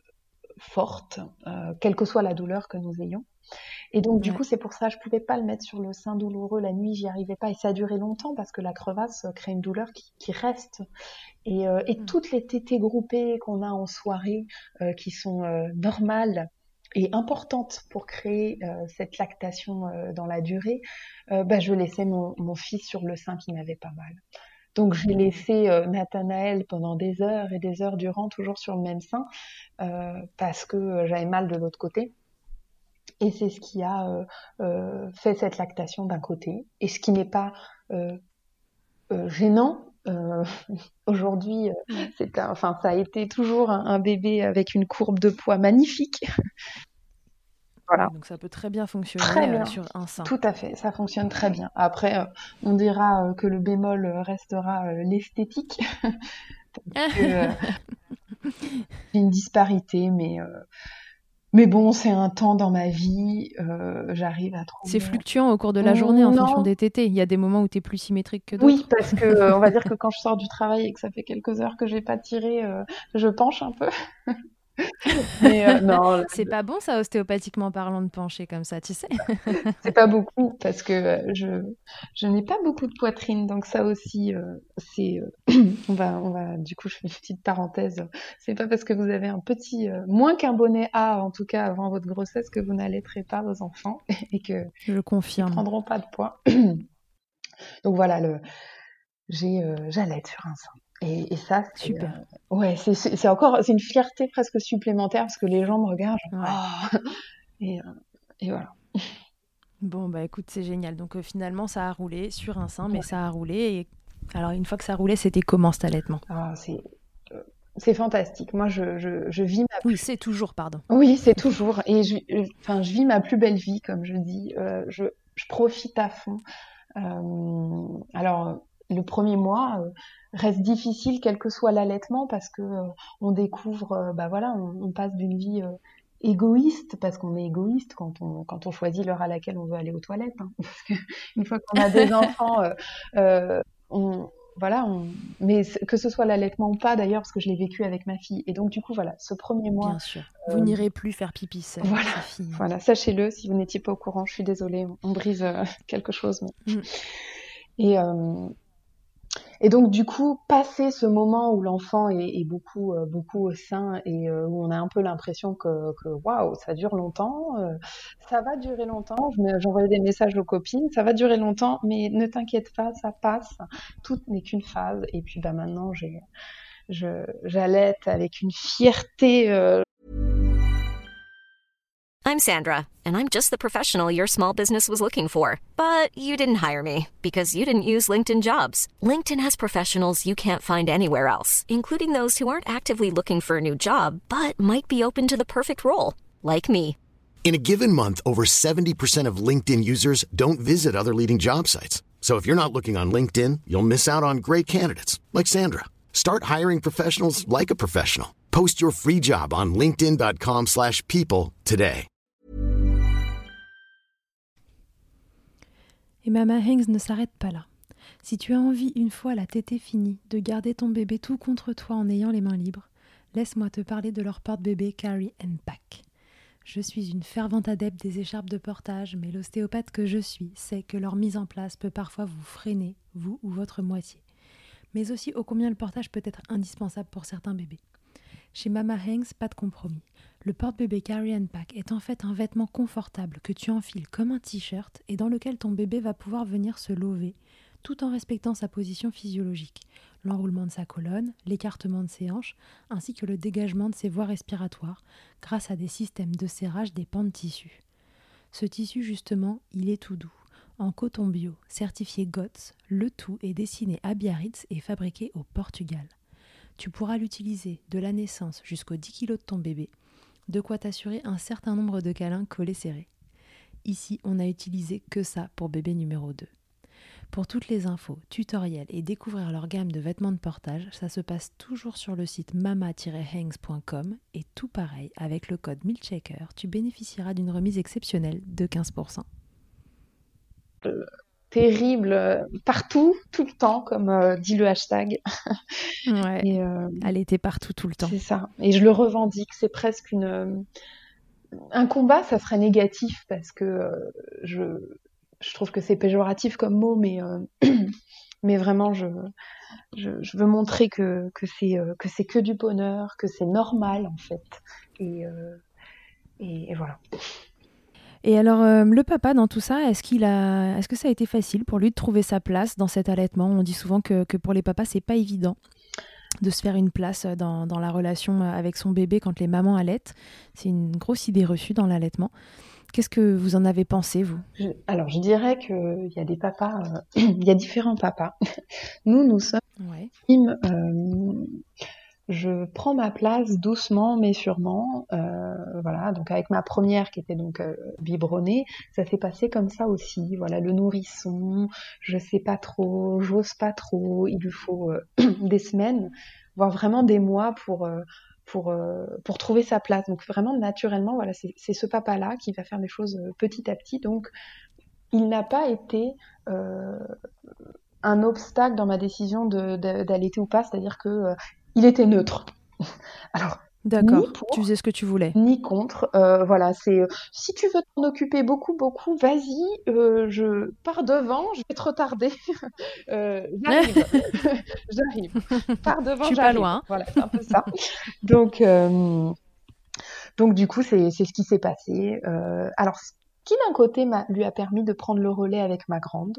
forte, euh, quelle que soit la douleur que nous ayons. Et donc, du ouais. coup, c'est pour ça, je pouvais pas le mettre sur le sein douloureux la nuit, j'y arrivais pas. Et ça a duré longtemps parce que la crevasse crée une douleur qui, qui reste. Et, euh, et mmh. toutes les tétées groupées qu'on a en soirée, euh, qui sont euh, normales et importantes pour créer euh, cette lactation euh, dans la durée, euh, bah, je laissais mon, mon fils sur le sein qui m'avait pas mal. Donc, j'ai laissé euh, Nathanaël pendant des heures et des heures durant, toujours sur le même sein, euh, parce que j'avais mal de l'autre côté. Et c'est ce qui a euh, euh, fait cette lactation d'un côté, et ce qui n'est pas euh, euh, gênant. Euh, aujourd'hui, euh, c'est un, enfin, ça a été toujours un, un bébé avec une courbe de poids magnifique. Voilà. Donc ça peut très bien fonctionner très bien. Euh, sur un sein. Tout à fait, ça fonctionne très bien. Après, euh, on dira euh, que le bémol restera euh, l'esthétique. Parce que euh, j'ai une disparité, mais... Euh, Mais bon, c'est un temps dans ma vie, euh, j'arrive à trouver... C'est fluctuant au cours de la journée en non. fonction des tétés. Il y a des moments où tu es plus symétrique que d'autres. Oui, parce que euh, on va dire que quand je sors du travail et que ça fait quelques heures que j'ai pas tiré, euh, je penche un peu. Mais euh, non, c'est pas bon ça, ostéopathiquement parlant, de pencher comme ça, tu sais. C'est pas beaucoup parce que euh, je je n'ai pas beaucoup de poitrine, donc ça aussi euh, c'est euh, on va on va du coup je fais une petite parenthèse. C'est pas parce que vous avez un petit euh, moins qu'un bonnet A en tout cas avant votre grossesse que vous n'allaiterez pas vos enfants et que je confirme. Ils prendront pas de poids. Donc voilà le j'ai euh, j'allaite sur un sein. Et, et ça, c'est, super. Euh, ouais, c'est, c'est, c'est encore, c'est une fierté presque supplémentaire parce que les gens me regardent. Genre, ouais. oh et, euh, et voilà. Bon bah écoute, c'est génial. Donc euh, finalement, ça a roulé sur un sein, mais ouais. ça a roulé. Et alors une fois que ça roulait, c'était comment cet allaitement ? Ah, c'est, euh, c'est fantastique. Moi, je, je, je vis ma. Oui, plus... c'est toujours, pardon. Oui, c'est toujours. Et je, enfin, je vis ma plus belle vie, comme je dis. Euh, je, je profite à fond. Euh, alors. Le premier mois euh, reste difficile, quel que soit l'allaitement, parce que euh, on découvre, euh, bah voilà, on, on passe d'une vie euh, égoïste, parce qu'on est égoïste quand on quand on choisit l'heure à laquelle on veut aller aux toilettes. Hein, parce que une fois qu'on a des enfants, euh, euh, on voilà, on, mais que ce soit l'allaitement ou pas d'ailleurs, parce que je l'ai vécu avec ma fille. Et donc du coup voilà, ce premier mois. Bien sûr. Vous euh, n'irez plus faire pipi seule. Voilà, voilà, sachez-le, si vous n'étiez pas au courant, je suis désolée, on, on brise euh, quelque chose. Mais... Mm. Et euh, Et donc du coup, passer ce moment où l'enfant est, est beaucoup, euh, beaucoup au sein et euh, où on a un peu l'impression que, que waouh, ça dure longtemps, euh, ça va durer longtemps. Je me, j'envoyais des messages aux copines, ça va durer longtemps, mais ne t'inquiète pas, ça passe. Tout n'est qu'une phase. Et puis bah maintenant, j'ai, je, j'allaite avec une fierté. Euh... I'm Sandra, and I'm just the professional your small business was looking for. But you didn't hire me because you didn't use LinkedIn Jobs. LinkedIn has professionals you can't find anywhere else, including those who aren't actively looking for a new job, but might be open to the perfect role, like me. In a given month, over seventy percent of LinkedIn users don't visit other leading job sites. So if you're not looking on LinkedIn, you'll miss out on great candidates, like Sandra. Start hiring professionals like a professional. Post your free job on linkedin.com slash people today. Et Mama Hanks ne s'arrête pas là. Si tu as envie, une fois la tétée finie, de garder ton bébé tout contre toi en ayant les mains libres, laisse-moi te parler de leur porte-bébé Carry and Pack. Je suis une fervente adepte des écharpes de portage, mais l'ostéopathe que je suis sait que leur mise en place peut parfois vous freiner, vous ou votre moitié. Mais aussi ô combien le portage peut être indispensable pour certains bébés. Chez Mama Hanks, pas de compromis. Le porte-bébé Carry and Pack est en fait un vêtement confortable que tu enfiles comme un t-shirt et dans lequel ton bébé va pouvoir venir se lever, tout en respectant sa position physiologique, l'enroulement de sa colonne, l'écartement de ses hanches, ainsi que le dégagement de ses voies respiratoires, grâce à des systèmes de serrage des pans de tissu. Ce tissu, justement, il est tout doux. En coton bio, certifié G O T S, le tout est dessiné à Biarritz et fabriqué au Portugal. Tu pourras l'utiliser de la naissance jusqu'aux dix kilos de ton bébé, de quoi t'assurer un certain nombre de câlins collés serrés. Ici, on n'a utilisé que ça pour bébé numéro deux. Pour toutes les infos, tutoriels et découvrir leur gamme de vêtements de portage, ça se passe toujours sur le site mama tiret hanks point com et tout pareil, avec le code milkshaker, tu bénéficieras d'une remise exceptionnelle de quinze pour cent. Euh, terrible, euh, partout, tout le temps, comme euh, dit le hashtag. Ouais, Et, euh, elle était partout tout le temps. C'est ça. Et je le revendique, c'est presque une... euh, un combat, ça serait négatif parce que euh, je... je trouve que c'est péjoratif comme mot, mais, euh, mais vraiment, je, je, je veux montrer que, que, c'est, euh, que c'est que du bonheur, que c'est normal, en fait. Et, euh, et, et voilà. Et alors, euh, le papa, dans tout ça, est-ce, qu'il a... est-ce que ça a été facile pour lui de trouver sa place dans cet allaitement ? On dit souvent que, que pour les papas, c'est pas évident de se faire une place dans, dans la relation avec son bébé quand les mamans allaitent. C'est une grosse idée reçue dans l'allaitement. Qu'est-ce que vous en avez pensé, vous ? je, Alors, je dirais qu'il y a des papas, euh, il y a différents papas. Nous, nous sommes Ouais. team, euh, je prends ma place doucement mais sûrement. Euh, voilà, donc avec ma première qui était donc euh, biberonnée, ça s'est passé comme ça aussi. Voilà, le nourrisson, je sais pas trop, j'ose pas trop. Il lui faut euh, des semaines, voire vraiment des mois pour euh, pour euh, pour trouver sa place. Donc vraiment naturellement, voilà, c'est, c'est ce papa-là qui va faire les choses euh, petit à petit. Donc il n'a pas été euh, un obstacle dans ma décision de, de, d'allaiter ou pas, c'est-à-dire que euh, il était neutre. Alors, D'accord, ni pour, tu faisais ce que tu voulais. ni contre. Euh, voilà, c'est euh, si tu veux t'en occuper beaucoup, beaucoup, vas-y, euh, je pars devant, je vais te retarder. euh, j'arrive, j'arrive. Pars devant, Je suis pas j'arrive. loin. Voilà, c'est un peu ça. Donc, euh, donc du coup, c'est, c'est ce qui s'est passé. Euh, alors, ce qui d'un côté m'a, lui a permis de prendre le relais avec ma grande.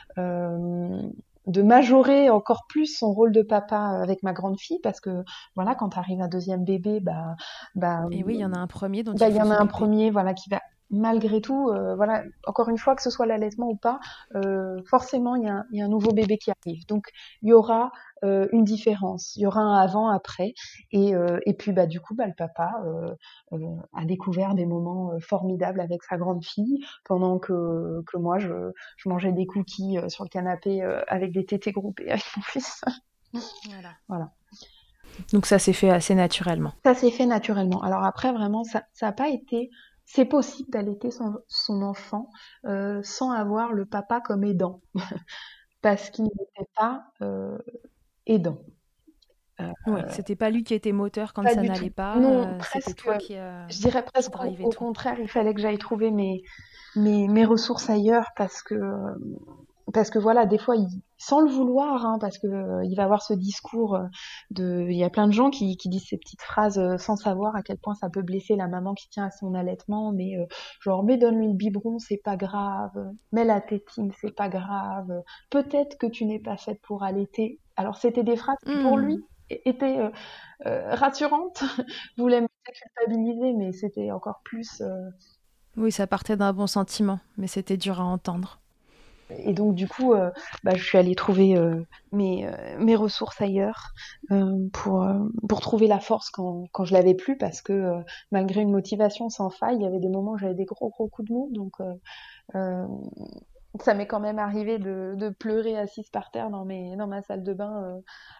Euh, de majorer encore plus son rôle de papa avec ma grande fille parce que voilà, quand arrive un deuxième bébé, bah bah Et oui, il y en a un premier dont bah il il y faut en a un s'occuper. premier voilà qui va malgré tout euh, voilà, encore une fois que ce soit l'allaitement ou pas, euh, forcément il y a un, il y a un nouveau bébé qui arrive, donc il y aura euh, une différence, il y aura un avant après et euh, et puis bah du coup bah le papa euh, euh, a découvert des moments euh, formidables avec sa grande fille pendant que que moi je je mangeais des cookies euh, sur le canapé euh, avec des tétés groupés avec mon fils. Voilà. Voilà. Donc ça s'est fait assez naturellement. Ça s'est fait naturellement. Alors après, vraiment, ça ça a pas été... C'est possible d'allaiter son, son enfant euh, sans avoir le papa comme aidant, parce qu'il n'était pas euh, aidant. Euh, Oui, c'était pas lui qui était moteur quand pas ça du n'allait tout. pas, Non, euh, c'était presque, toi qui, euh, je dirais qui presque au, drivais au tout. contraire, il fallait que j'aille trouver mes, mes, mes ressources ailleurs parce que, parce que voilà, des fois, il, sans le vouloir, hein, parce que euh, il va avoir ce discours euh, de, il y a plein de gens qui, qui disent ces petites phrases euh, sans savoir à quel point ça peut blesser la maman qui tient à son allaitement, mais euh, genre, mais donne-lui le biberon, c'est pas grave, mais la tétine, c'est pas grave, peut-être que tu n'es pas faite pour allaiter. Alors, c'était des phrases qui, pour lui, Mmh. étaient euh, euh, rassurantes, voulait me culpabiliser, mais c'était encore plus... euh, Oui, ça partait d'un bon sentiment, mais c'était dur à entendre. Et donc du coup, euh, bah, je suis allée trouver euh, mes, euh, mes ressources ailleurs euh, pour, euh, pour trouver la force quand, quand je l'avais plus, parce que euh, malgré une motivation sans faille, il y avait des moments où j'avais des gros gros coups de mou, donc euh, euh, ça m'est quand même arrivé de, de pleurer assise par terre dans, mes, dans ma salle de bain, euh,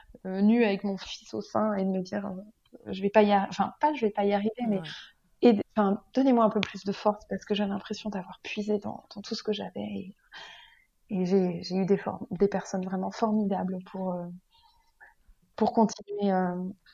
euh, nue avec mon fils au sein et de me dire, euh, je vais pas y arriver, enfin pas je vais pas y arriver, mais Ouais. et, enfin, donnez-moi un peu plus de force parce que j'ai l'impression d'avoir puisé dans, dans tout ce que j'avais et, et j'ai, j'ai eu des, for- des personnes vraiment formidables pour, euh, pour continuer. Euh...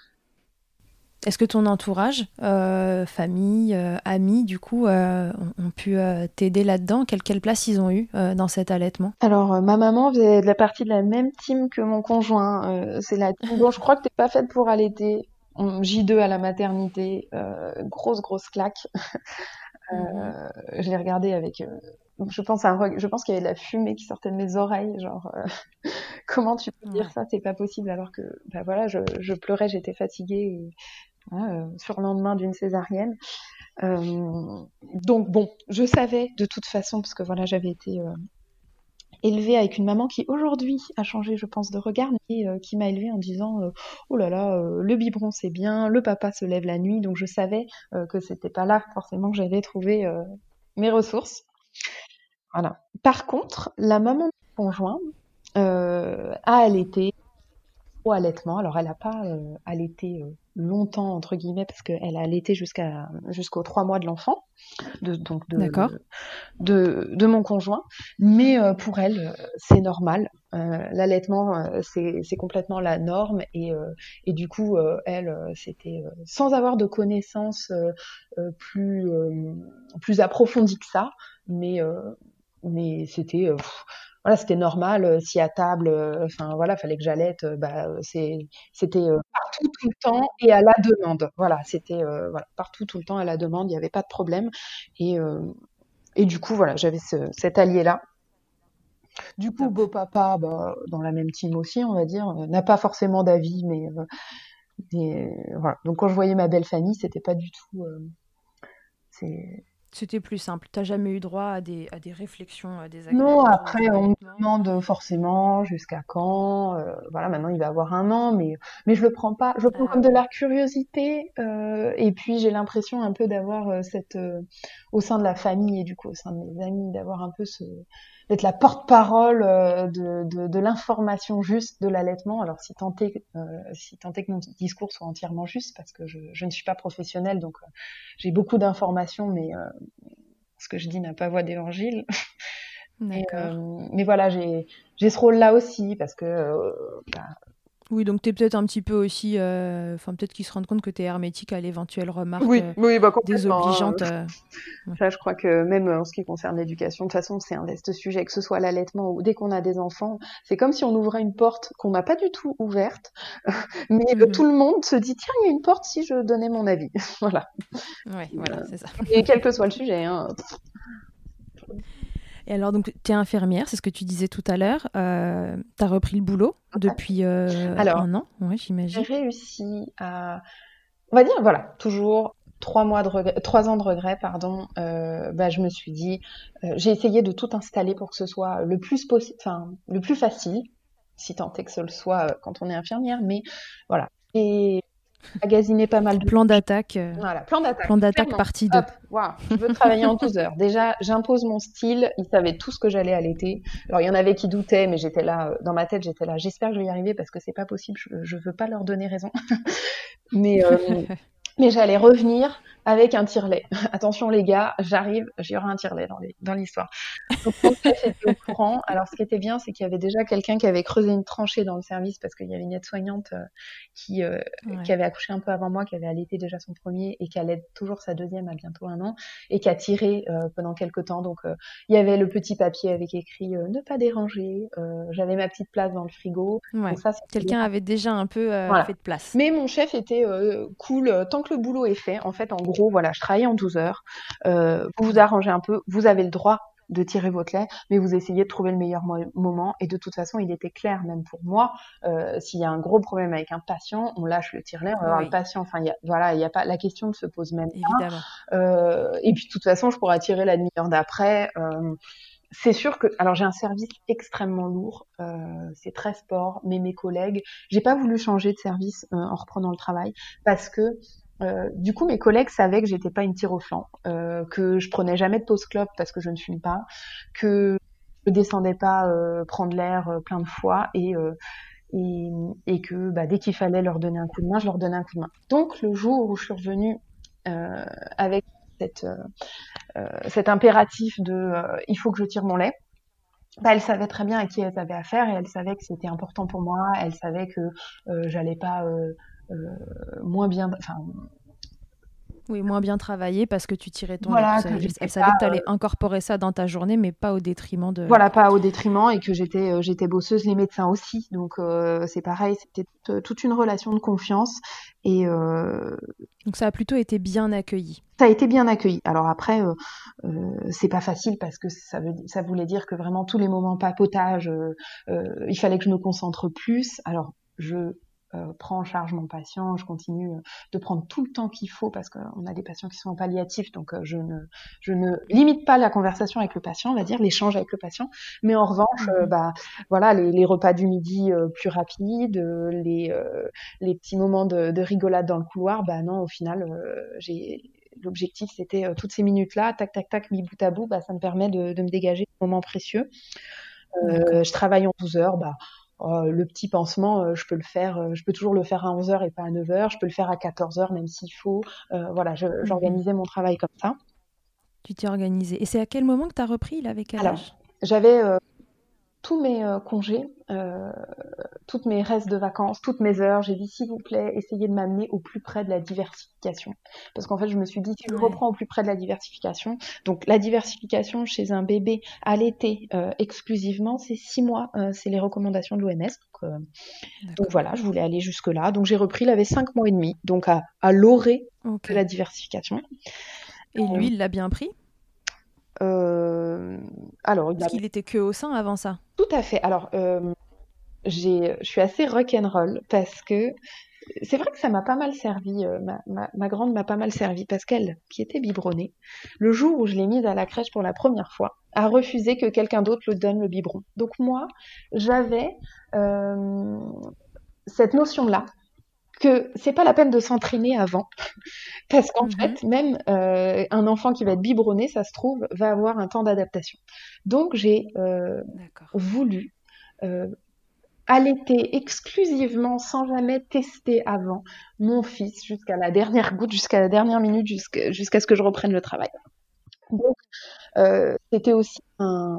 Est-ce que ton entourage, euh, famille, euh, amis, du coup, euh, ont, ont pu euh, t'aider là-dedans? Quelle, quelle place ils ont eu euh, dans cet allaitement? Alors, euh, ma maman faisait de la partie de la même team que mon conjoint. Euh, c'est la team, bon, je crois que t'es pas faite pour allaiter. On- J deux à la maternité, euh, grosse, grosse claque. Mhm. Euh, je l'ai regardé avec, euh, je pense, un, reg- je pense qu'il y avait de la fumée qui sortait de mes oreilles, genre, euh, comment tu peux dire Ouais. ça, c'est pas possible, alors que, bah voilà, je, je pleurais, j'étais fatiguée, et, voilà, euh, sur le lendemain d'une césarienne. Euh, donc bon, je savais de toute façon, parce que voilà, j'avais été euh, élevée avec une maman qui aujourd'hui a changé, je pense, de regard, mais euh, qui m'a élevée en disant euh, oh là là, euh, le biberon c'est bien, le papa se lève la nuit, donc je savais euh, que c'était pas là forcément que j'allais trouver euh, mes ressources. Voilà. Par contre, la maman de mon conjoint euh, a allaité au allaitement. Alors, elle n'a pas euh, allaité euh, longtemps, entre guillemets, parce qu'elle a allaité jusqu'à jusqu'aux trois mois de l'enfant, de, donc D'accord. de, de, de mon conjoint. Mais euh, pour elle, euh, c'est normal. Euh, l'allaitement, euh, c'est, c'est complètement la norme. Et, euh, et du coup, euh, elle, euh, c'était euh, sans avoir de connaissances euh, euh, plus, euh, plus approfondies que ça. Mais, euh, mais c'était... euh, pff, voilà, c'était normal. euh, Si à table, euh, enfin voilà, fallait que j'allaite. euh, Bah, euh, c'est, c'était euh, partout tout le temps et à la demande. Voilà, c'était euh, voilà, partout tout le temps à la demande. Il n'y avait pas de problème. Et, euh, et du coup, voilà, j'avais ce, cet allié-là. Du coup, Top. beau papa, bah, dans la même team aussi, on va dire, euh, n'a pas forcément d'avis, mais, euh, mais, euh, voilà. Donc quand je voyais ma belle famille, c'était pas du tout. Euh, c'est... C'était plus simple. T'as jamais eu droit à des, à des réflexions euh, Non, désagréables autour après de on me l'allaitement? demande forcément jusqu'à quand. Euh, voilà, maintenant il va avoir un an, mais mais je le prends pas. Je le prends Ah comme de oui. la curiosité. Euh, et puis j'ai l'impression un peu d'avoir euh, cette euh, au sein de la famille et du coup au sein de mes amis d'avoir un peu ce d'être la porte-parole euh, de, de de l'information juste de l'allaitement. Alors si tant est euh, si tant est que mon discours soit entièrement juste parce que je je ne suis pas professionnelle donc euh, j'ai beaucoup d'informations mais euh, ce que je dis n'a pas voix d'évangile. Et, D'accord. euh, mais voilà, j'ai j'ai ce rôle-là aussi parce que euh, bah, Oui, donc t'es peut-être un petit peu aussi... euh, Enfin, peut-être qu'ils se rendent compte que t'es hermétique à l'éventuelle remarque oui, euh, oui, bah complètement. Hein. désobligeante. euh. Ouais. Ça, je crois que même en ce qui concerne l'éducation, de toute façon, c'est un vaste sujet, que ce soit l'allaitement ou dès qu'on a des enfants, c'est comme si on ouvrait une porte qu'on n'a pas du tout ouverte, mais euh, tout Mhm. le monde se dit tiens, il y a une porte si je donnais mon avis. Voilà. Ouais, voilà, c'est ça. Et quel que soit le sujet. Hein. Et alors, donc, t'es infirmière, c'est ce que tu disais tout à l'heure. Euh, t'as repris le boulot depuis euh, Alors, un an, ouais, j'ai j'imagine. réussi à, on va dire, voilà, toujours trois mois de regret, trois ans de regret, pardon. Euh, bah, je me suis dit, euh, j'ai essayé de tout installer pour que ce soit le plus possible, enfin, le plus facile, si tant est que ce le soit euh, quand on est infirmière, mais voilà. Et magasiné pas mal de Plan d'attaque, euh, voilà, plan d'attaque, plan d'attaque clairement. partie deux. Hop, waouh, je veux travailler en douze heures. Déjà, j'impose mon style, ils savaient tout ce que j'allais allaiter. Alors, il y en avait qui doutaient, mais j'étais là, euh, dans ma tête, j'étais là, j'espère que je vais y arriver parce que c'est pas possible, je, je veux pas leur donner raison. Mais, euh, mais j'allais revenir avec un tire-lait. Attention les gars, j'arrive, j'y aurai un tire-lait dans les- dans l'histoire. Donc mon chef était au courant. Alors ce qui était bien, c'est qu'il y avait déjà quelqu'un qui avait creusé une tranchée dans le service parce qu'il y avait une aide-soignante euh, qui, euh, qui Ouais. avait accouché un peu avant moi, qui avait allaité déjà son premier et qui allait toujours sa deuxième à bientôt un an et qui a tiré euh, pendant quelques temps. Donc euh, il y avait le petit papier avec écrit euh, ne pas déranger. Euh, j'avais ma petite place dans le frigo. Ouais. Donc ça, c'était Quelqu'un avait déjà un peu euh, voilà. fait de place. Mais mon chef était euh, cool euh, tant que le boulot est fait. En fait, en gros, voilà, je travaillais en douze heures. Euh, vous vous Ouais. arrangez un peu. Vous avez le droit de tirer votre lait, mais vous essayez de trouver le meilleur mo- moment. Et de toute façon, il était clair, même pour moi, euh, s'il y a un gros problème avec un patient, on lâche le tire-lait, on va voir le Oui, patient. Enfin, il y a, voilà, il y a pas, la question ne se pose même évidemment. pas. Euh, et puis, de toute façon, je pourrais tirer la demi-heure d'après. Euh, c'est sûr que, alors j'ai un service extrêmement lourd, euh, c'est très sport, mais mes collègues, j'ai pas voulu changer de service euh, en reprenant le travail parce que euh, du coup mes collègues savaient que j'étais pas une tire au flanc, euh, que je prenais jamais de pause clope parce que je ne fume pas, que je descendais pas euh, prendre l'air euh, plein de fois et euh, et, et que bah, dès qu'il fallait leur donner un coup de main, je leur donnais un coup de main. Donc le jour où je suis revenue euh, avec cette, euh, cet impératif de euh, il faut que je tire mon lait, bah, elle savait très bien à qui elles avaient affaire et elle savait que c'était important pour moi, elle savait que euh, j'allais pas euh, euh, moins bien, enfin Oui, moins bien travaillé parce que tu tirais ton voilà, lait. que Elle, j'étais elle savait pas, que tu allais incorporer ça dans ta journée, mais pas au détriment de... voilà, pas au détriment et que j'étais euh, j'étais bosseuse, les médecins aussi. Donc euh, c'est pareil, c'était t- toute une relation de confiance et euh, Donc ça a plutôt été bien accueilli. ça a été bien accueilli. Alors après, euh, euh, c'est pas facile parce que ça, veut, ça voulait dire que vraiment tous les moments papotage, euh, euh, il fallait que je me concentre plus. Alors je euh, prends en charge mon patient, je continue de prendre tout le temps qu'il faut parce qu'on a des patients qui sont en palliatif, donc euh, je ne je ne limite pas la conversation avec le patient, on va dire l'échange avec le patient. Mais en revanche, Mhm. euh, bah voilà, les, les repas du midi euh, plus rapides, euh, les euh, les petits moments de, de rigolade dans le couloir, bah non, au final, euh, j'ai l'objectif, c'était euh, toutes ces minutes-là, tac, tac, tac, mis bout à bout, bah, ça me permet de, de me dégager des moments précieux. Euh, je travaille en douze heures, bah, euh, le petit pansement, euh, je peux le faire, euh, je peux toujours le faire à onze heures et pas à neuf heures, je peux le faire à quatorze heures même s'il faut. Euh, voilà, je, Mhm. j'organisais mon travail comme ça. Tu t'es organisée. Et c'est à quel moment que tu as repris? Il avait quel Alors, âge? j'avais euh, tous mes euh, congés, euh, toutes mes restes de vacances, toutes mes heures. J'ai dit, s'il vous plaît, essayez de m'amener au plus près de la diversification. Parce qu'en fait, je me suis dit, si je Ouais. reprends au plus près de la diversification, donc la diversification chez un bébé à l'été euh, exclusivement, c'est six mois, euh, c'est les recommandations de l'O M S. Donc, euh, donc voilà, je voulais aller jusque-là. Donc j'ai repris, il avait cinq mois et demi, donc à, à l'orée Ok. de la diversification. Et lui, il l'a bien pris? Euh, alors, il a Parce qu'il était que au sein avant ça. tout à fait. Alors, euh, j'ai, je suis assez rock'n'roll parce que c'est vrai que ça m'a pas mal servi, euh, ma, ma, ma grande m'a pas mal servi parce qu'elle, qui était biberonnée, le jour où je l'ai mise à la crèche pour la première fois, a refusé que quelqu'un d'autre le donne le biberon. Donc moi, j'avais euh, cette notion-là que c'est pas la peine de s'entraîner avant parce qu'en Mhm. fait, même euh, un enfant qui va être biberonné, ça se trouve, va avoir un temps d'adaptation. Donc j'ai euh, D'accord. voulu euh, allaiter exclusivement, sans jamais tester avant, mon fils jusqu'à la dernière goutte, jusqu'à la dernière minute, jusqu'à, jusqu'à ce que je reprenne le travail. Donc, euh, c'était aussi un,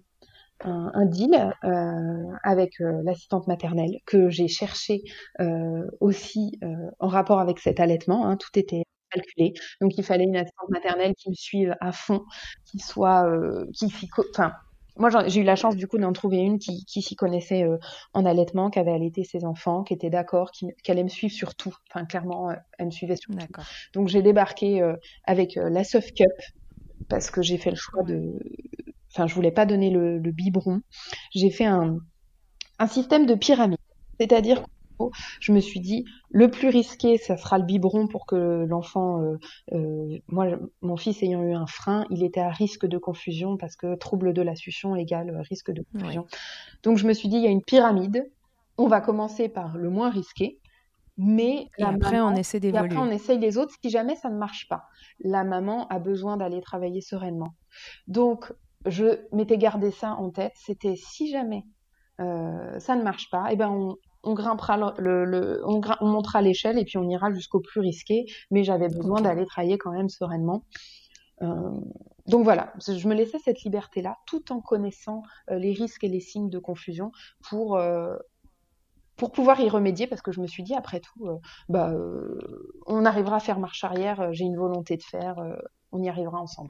un, un deal euh, avec euh, l'assistante maternelle que j'ai cherché euh, aussi euh, en rapport avec cet allaitement. Hein, tout était calculé. Donc, il fallait une assistante maternelle qui me suive à fond, qui soit, euh, qui s'y, co- enfin, moi, j'en- j'ai eu la chance du coup d'en trouver une qui, qui s'y connaissait euh, en allaitement, qui avait allaité ses enfants, qui était d'accord, qui, qui allait me suivre sur tout. Enfin, clairement, euh, elle me suivait sur tout. D'accord. Donc, j'ai débarqué euh, avec euh, la Soft Cup parce que j'ai fait le choix Ouais. de, enfin, je voulais pas donner le, le biberon. J'ai fait un, un système de pyramide, c'est-à-dire que je me suis dit, le plus risqué, ça sera le biberon pour que l'enfant, euh, euh, moi, mon fils ayant eu un frein, il était à risque de confusion parce que trouble de la succion égale risque de confusion. Ouais. Donc je me suis dit, il y a une pyramide, on va commencer par le moins risqué, mais Et la après, maman, on essaie et après on d'évoluer. essaye les autres si jamais ça ne marche pas. La maman a besoin d'aller travailler sereinement. Donc je m'étais gardé ça en tête, c'était si jamais euh, ça ne marche pas, et ben on, on grimpera le, le, le on, grim, on montera l'échelle et puis on ira jusqu'au plus risqué. Mais j'avais besoin Ok. d'aller travailler quand même sereinement. Euh, donc voilà, je me laissais cette liberté-là, tout en connaissant euh, les risques et les signes de confusion pour euh, pour pouvoir y remédier, parce que je me suis dit après tout, euh, bah euh, on arrivera à faire marche arrière. euh, J'ai une volonté de faire, euh, on y arrivera ensemble.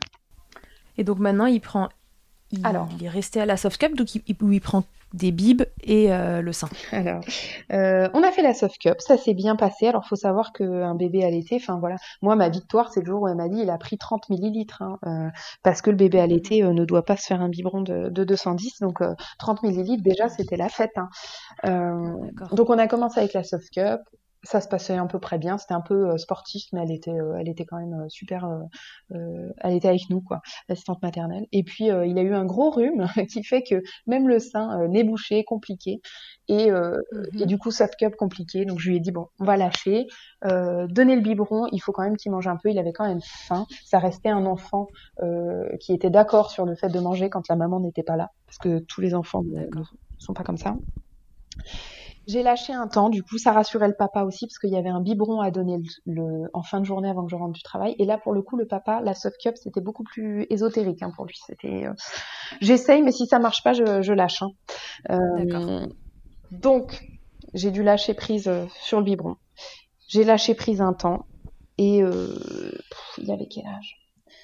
Et donc maintenant, il prend, il, Alors, il est resté à la soft cup, donc il, il, il prend des bibes et euh, le sein. Alors, euh, on a fait la soft cup, ça s'est bien passé. Alors, faut savoir qu'un bébé allaité, enfin voilà, moi ma victoire, c'est le jour où elle m'a dit, il a pris trente millilitres, hein, euh, parce que le bébé allaité euh, ne doit pas se faire un biberon de, de deux cent dix, donc euh, trente millilitres déjà, c'était la fête. Hein. Euh, D'accord. donc on a commencé avec la soft cup. Ça se passait à peu près bien, c'était un peu euh, sportif, mais elle était, euh, elle était quand même euh, super. Euh, euh, elle était avec nous, quoi, l'assistante maternelle. Et puis euh, il a eu un gros rhume qui fait que même le sein euh, nez bouché, compliqué, et, euh, Mm-hmm. et du coup soft cup compliqué. Donc je lui ai dit bon, on va lâcher, euh, donner le biberon. Il faut quand même qu'il mange un peu. Il avait quand même faim. Ça restait un enfant euh, qui était d'accord sur le fait de manger quand la maman n'était pas là, parce que tous les enfants ne, ne sont pas comme ça. J'ai lâché un temps, du coup, ça rassurait le papa aussi parce qu'il y avait un biberon à donner le, le- en fin de journée avant que je rentre du travail. Et là, pour le coup, le papa, la soft cup, c'était beaucoup plus ésotérique hein, pour lui. C'était, euh, j'essaye, mais si ça marche pas, je, je lâche. Hein. D'accord. Euh, donc, j'ai dû lâcher prise euh, sur le biberon. J'ai lâché prise un temps et euh, pff, il y avait quel âge?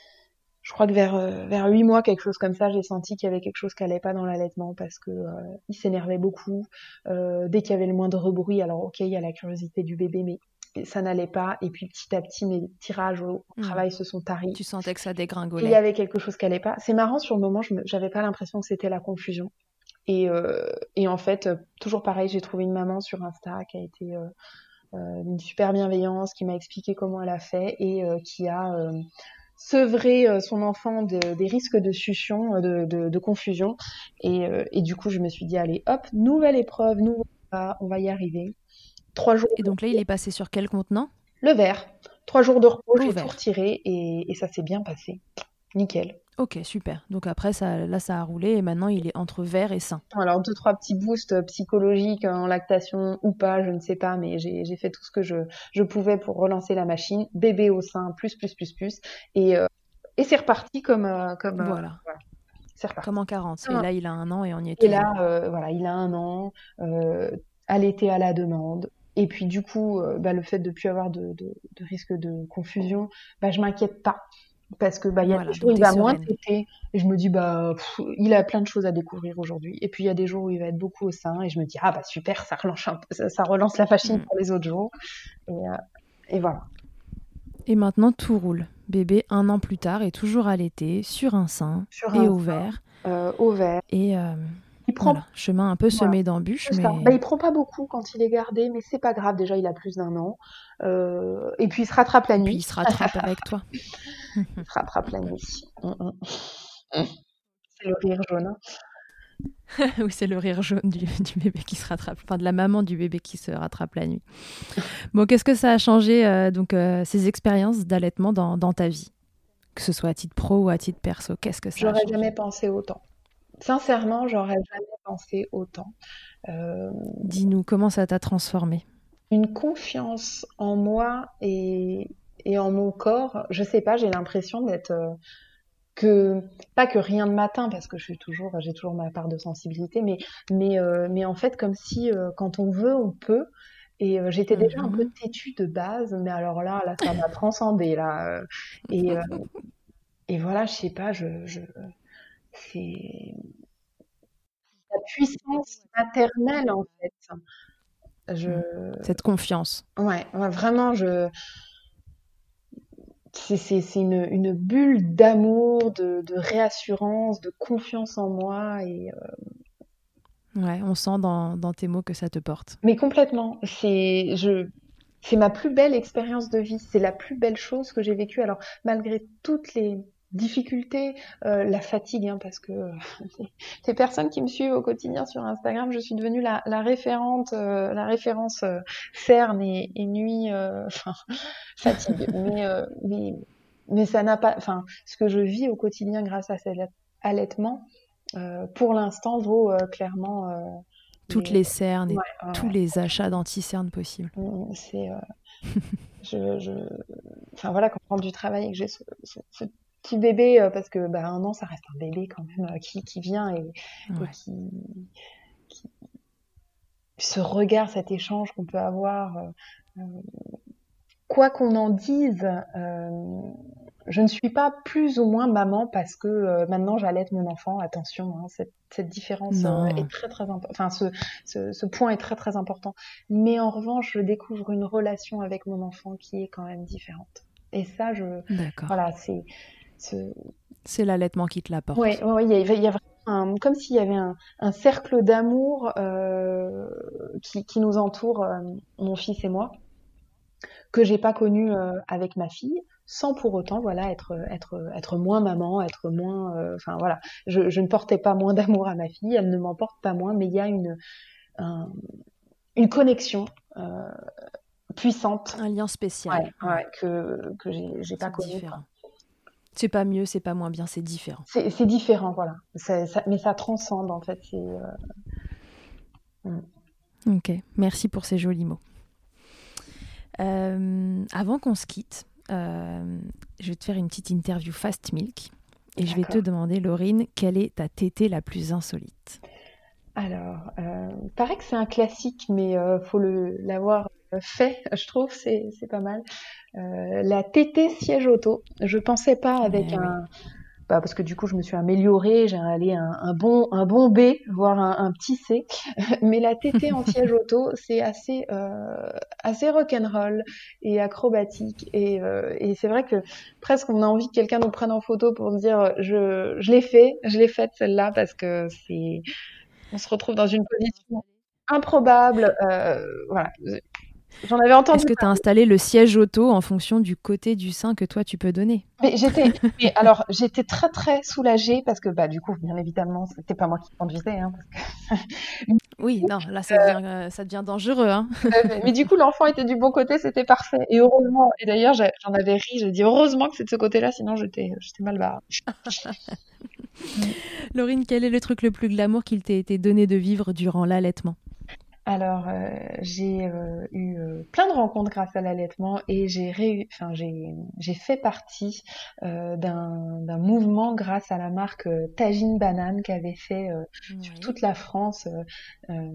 Je crois que vers euh, vers huit mois, quelque chose comme ça, j'ai senti qu'il y avait quelque chose qui allait pas dans l'allaitement parce que euh, il s'énervait beaucoup. Euh, dès qu'il y avait le moindre bruit, alors ok, il y a la curiosité du bébé, mais ça n'allait pas. Et puis petit à petit, mes tirages au, au Hmm. travail se sont taris. Tu sentais que ça Et il y dégringolait. avait quelque chose qui allait pas. C'est marrant, sur le moment, je me, j'avais pas l'impression que c'était la confusion. Et, euh, et en fait, euh, toujours pareil, j'ai trouvé une maman sur Insta qui a été euh, euh, d'une super bienveillance, qui m'a expliqué comment elle a fait et euh, qui a euh, sevré euh, son enfant de, des risques de succion, euh, de, de, de confusion. Et, euh, et du coup, je me suis dit, allez, hop, nouvelle épreuve, nouveau pas, on va y arriver. Trois jours Et de donc là, il est passé sur quel contenant? le verre, trois jours de repos, Au j'ai tout vert. retiré et, et ça s'est bien passé. Nickel. Ok, super. Donc après, ça, là, ça a roulé et maintenant, il est entre vert et sain. Alors deux trois petits boosts psychologiques en lactation ou pas, je ne sais pas, mais j'ai j'ai fait tout ce que je je pouvais pour relancer la machine. Bébé au sein, plus plus plus plus, et euh, et c'est reparti comme euh, comme euh, Voilà, voilà, c'est reparti. comme en quarante. Et Ah. là, il a un an et on y est Et là, toujours. euh, voilà, il a un an, euh, allaité à la demande. Et puis du coup, euh, bah, le fait de plus avoir de, de, de risque de confusion, bah, je m'inquiète pas. Parce que bah il y a des Voilà, jours donc où il t'es va moins sereine. téter et je me dis bah pff, il a plein de choses à découvrir aujourd'hui. Et puis il y a des jours où il va être beaucoup au sein et je me dis ah bah super, ça relance un peu- ça, ça relance la machine Mm. pour les autres jours. Et, euh, et voilà. Et maintenant, tout roule. Bébé, un an plus tard, est toujours allaité, sur un sein Sur et un au vert. euh, au vert. Et euh, Il prend voilà, chemin un peu voilà, semé d'embûches, c'est ça. Bah, mais... il prend pas beaucoup quand il est gardé, mais c'est pas grave. Déjà il a plus d'un an. Euh, et puis il se rattrape la Et puis, il nuit. se rattrape avec toi. Il se rattrape la nuit. Mm, mm. C'est le rire jaune. Hein. Oui, c'est le rire jaune du, du bébé qui se rattrape, enfin de la maman du bébé qui se rattrape la nuit. Bon, qu'est-ce que ça a changé, euh, donc, euh, ces expériences d'allaitement dans, dans ta vie? Que ce soit à titre pro ou à titre perso, qu'est-ce que ça a J'aurais changé? jamais pensé autant. Sincèrement, j'aurais jamais pensé autant. Euh, Dis-nous, comment ça t'a transformé? une confiance en moi et, et en mon corps. Je sais pas, j'ai l'impression d'être euh, que pas que rien ne m'atteint parce que je suis toujours, j'ai toujours ma part de sensibilité, mais mais euh, mais en fait comme si euh, quand on veut, on peut. Et euh, j'étais déjà un peu Mhm. têtue de base, mais alors là, là, ça m'a transcendée là. euh, et euh, et voilà, je sais pas, je je c'est la puissance maternelle en fait. Je Mm. Cette confiance. ouais, ouais, vraiment je c'est c'est c'est une une bulle d'amour, de de réassurance, de confiance en moi et heu Ouais, on sent dans, dans tes mots que ça te porte. mais complètement, c'est je c'est ma plus belle expérience de vie, c'est la plus belle chose que j'ai vécue. Alors malgré toutes les difficultés, heu, la fatigue, hein, parce que heu, les personnes qui me suivent au quotidien sur Instagram, je suis devenue la la référente, heu, la référence, heu, cerne et et nuit, heu, enfin fatigue. Mais heu, mais mais ça n'a pas enfin, ce que je vis au quotidien grâce à cet allaitement, euh, pour l'instant, vaut euh, clairement euh, Toutes les. les cernes et Ouais, ouais, tous ouais. les achats d'anti-cernes possibles. Mm, C'est, euh, je, je, enfin voilà, quand je rentre du travail et que j'ai ce, ce, ce petit bébé, euh, parce que bah un an, ça reste un bébé quand même euh, qui, qui vient et, et Ouais. qui, qui, ce regard, cet échange qu'on peut avoir, euh, euh, quoi qu'on en dise. Euh, je ne suis pas plus ou moins maman parce que euh, maintenant j'allaite mon enfant. Attention, hein, cette, cette différence euh, Non, est très très importante. Enfin, ce, ce, ce point est très très important. Mais en revanche, je découvre une relation avec mon enfant qui est quand même différente. Et ça, je, d'accord. voilà, c'est, ce, C'est l'allaitement qui te ouais, l'apporte. ouais, il y a, il y a vraiment un, comme s'il y avait un, un cercle d'amour euh, qui, qui nous entoure, euh, mon fils et moi, que j'ai pas connu euh, avec ma fille, sans pour autant voilà être être être moins maman, être moins, euh, enfin voilà, je, je ne portais pas moins d'amour à ma fille, elle ne m'en porte pas moins, mais il y a une un, une connexion euh, puissante, Un lien ouais, spécial. ouais, Ouais, que que j'ai j'ai pas c'est connu quoi. différent. C'est pas mieux, c'est pas moins bien, c'est différent. C'est c'est différent voilà, ça, ça, mais ça transcende en fait, c'est euh, mm. Ok, merci pour ces jolis mots. Euh, avant qu'on se quitte, euh, je vais te faire une petite interview Fast Milk et D'accord. je vais te demander, Laurine, quelle est ta tétée la plus insolite ? Alors, euh, il paraît que c'est un classique, mais euh, faut le l'avoir fait, je trouve, c'est c'est pas mal. Euh, la tétée siège auto. Je pensais pas avec Eh un, oui. bah parce que du coup je me suis améliorée, j'ai allé un, un bon un bon B, voire un, un petit C. Mais la tétée en siège auto, c'est assez euh, assez rock'n'roll et acrobatique et euh, et c'est vrai que presque on a envie que quelqu'un nous prenne en photo pour dire je je l'ai fait, je l'ai faite celle-là parce que c'est on se retrouve dans une position improbable. Euh, voilà. J'en avais entendu Est-ce que tu as parler. installé le siège auto en fonction du côté du sein que toi tu peux donner ? Mais j'étais, mais alors j'étais très très soulagée parce que bah du coup bien évidemment c'était pas moi qui conduisais hein, parce que... Oui, non, là ça devient euh, ça devient dangereux hein. Mais du coup l'enfant était du bon côté, c'était parfait et heureusement. Et d'ailleurs j'en avais ri, j'ai dit heureusement que c'est de ce côté-là, sinon j'étais j'étais mal barrée. Laurine, quel est le truc le plus glamour qu'il t'ait été donné de vivre durant l'allaitement ? Alors, euh, j'ai euh, eu euh, plein de rencontres grâce à l'allaitement et j'ai réu... enfin, j'ai, j'ai fait partie euh, d'un, d'un mouvement grâce à la marque euh, Tajine Banane qui avait fait euh, oui. sur toute la France euh, euh,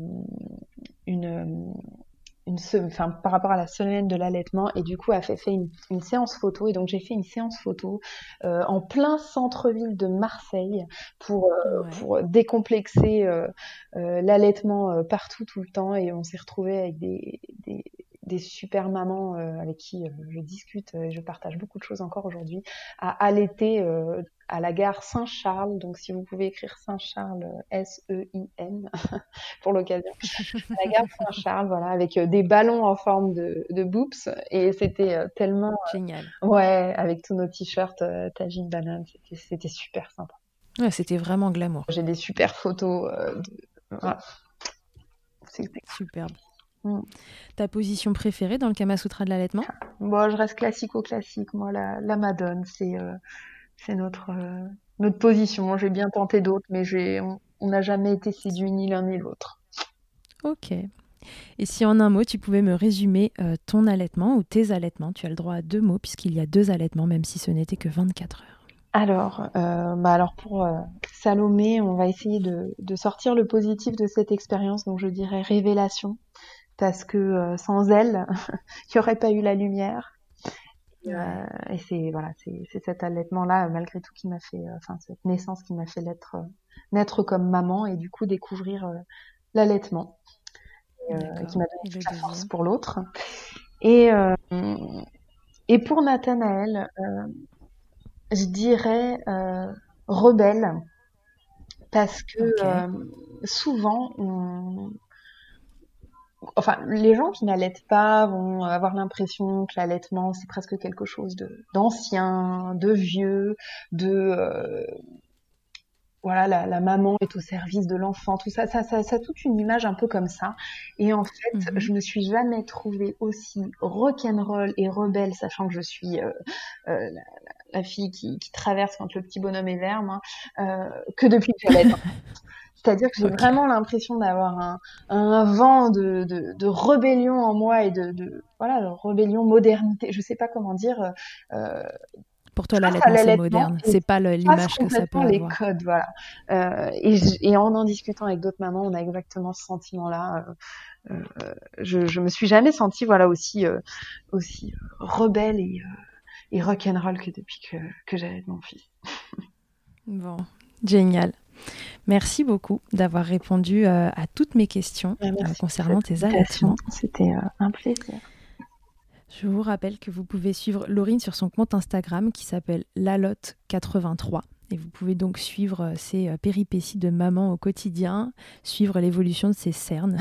une... Une se... enfin, par rapport à la semaine de l'allaitement et du coup a fait, fait une, une séance photo et donc j'ai fait une séance photo euh, en plein centre-ville de Marseille pour, euh, ouais. pour décomplexer euh, euh, l'allaitement euh, partout tout le temps et on s'est retrouvés avec des, des, des super mamans euh, avec qui euh, je discute et je partage beaucoup de choses encore aujourd'hui à allaiter euh, à la gare Saint-Charles, donc si vous pouvez écrire Saint-Charles, S E I N, pour l'occasion, à la gare Saint-Charles, voilà, avec des ballons en forme de, de boobs, et c'était tellement... Génial. Euh, ouais, avec tous nos t-shirts euh, Tajine Banane, c'était, c'était super sympa. Ouais, c'était vraiment glamour. J'ai des super photos euh, de... Voilà. C'était... Superbe. Mm. Ta position préférée dans le Kama Sutra de l'allaitement ? Bon, je reste classico-classique, moi, la, la Madone, c'est... Euh... C'est notre, euh, notre position. J'ai bien tenté d'autres, mais j'ai, on n'a jamais été séduits ni l'un ni l'autre. Ok. Et si en un mot, tu pouvais me résumer euh, ton allaitement ou tes allaitements, tu as le droit à deux mots puisqu'il y a deux allaitements, même si ce n'était que vingt-quatre heures. Alors, euh, bah alors pour euh, Salomé, on va essayer de, de sortir le positif de cette expérience, donc je dirais révélation, parce que euh, sans elle, il n'y aurait pas eu la lumière. Ouais. Euh, et c'est voilà, c'est, c'est cet allaitement-là, malgré tout, qui m'a fait, enfin euh, cette naissance qui m'a fait naître, euh, naître comme maman et du coup découvrir euh, l'allaitement, et, euh, qui m'a donné toute la deuxième. Force pour l'autre. Et euh, et pour Nathanaël, euh, je dirais euh, rebelle, parce que okay. euh, souvent on Enfin, les gens qui n'allaitent pas vont avoir l'impression que l'allaitement, c'est presque quelque chose de, d'ancien, de vieux, de... Euh, voilà, la, la maman est au service de l'enfant, tout ça, ça, ça, ça a toute une image un peu comme ça. Et en fait, mm-hmm. je me suis jamais trouvée aussi rock'n'roll et rebelle, sachant que je suis euh, euh, la, la fille qui, qui traverse quand le petit bonhomme est vert, moi, euh, que depuis que j'allaite. C'est-à-dire que j'ai okay. vraiment l'impression d'avoir un, un vent de, de, de rébellion en moi et de, de voilà, de rébellion, modernité. Je sais pas comment dire. Euh, Pour toi, l'allaitement, c'est moderne. C'est pas le, l'image que ça peut avoir. Les codes, voilà. Euh, et, et en en discutant avec d'autres mamans, on a exactement ce sentiment-là. Euh, euh, je, je me suis jamais sentie, voilà, aussi, euh, aussi rebelle et, euh, et rock'n'roll que depuis que, que j'allaite mon fils. Bon, génial. Merci beaucoup d'avoir répondu euh, à toutes mes questions euh, concernant tes allaitements. C'était euh, un plaisir. Je vous rappelle que vous pouvez suivre Laurine sur son compte Instagram qui s'appelle lalotte quatre-vingt-trois. Et vous pouvez donc suivre euh, ses euh, péripéties de maman au quotidien, suivre l'évolution de ses cernes,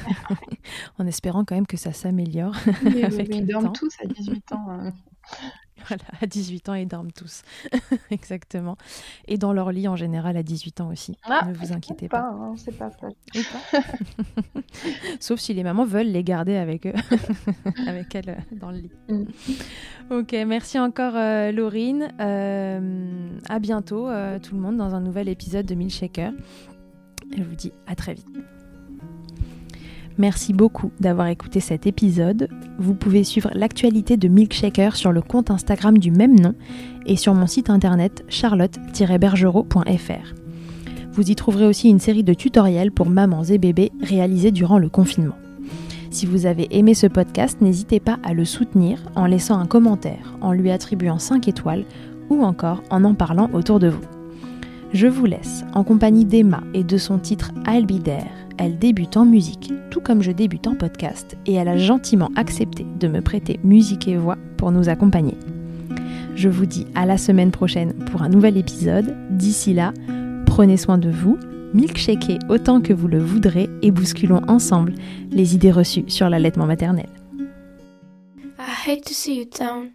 en espérant quand même que ça s'améliore. Oui, avec oui, ils dorment tous à dix-huit ans. Hein. Voilà, à dix-huit ans, ils dorment tous. Exactement. Et dans leur lit, en général, à dix-huit ans aussi. Ah, ne vous inquiétez pas. pas. Hein, c'est pas ça. Pas. Sauf si les mamans veulent les garder avec eux, avec elles euh, dans le lit. Mm. Ok, merci encore euh, Laurine. Euh, à bientôt euh, tout le monde dans un nouvel épisode de Milkshaker. Et je vous dis à très vite. Merci beaucoup d'avoir écouté cet épisode. Vous pouvez suivre l'actualité de Milkshaker sur le compte Instagram du même nom et sur mon site internet charlotte tiret bergerot point f r. Vous y trouverez aussi une série de tutoriels pour mamans et bébés réalisés durant le confinement. Si vous avez aimé ce podcast, n'hésitez pas à le soutenir en laissant un commentaire, en lui attribuant cinq étoiles ou encore en en parlant autour de vous. Je vous laisse en compagnie d'Emma et de son titre I'll Be There. Elle débute en musique, tout comme je débute en podcast, et elle a gentiment accepté de me prêter musique et voix pour nous accompagner. Je vous dis à la semaine prochaine pour un nouvel épisode. D'ici là, prenez soin de vous, milkshakez autant que vous le voudrez et bousculons ensemble les idées reçues sur l'allaitement maternel. I hate to see you down.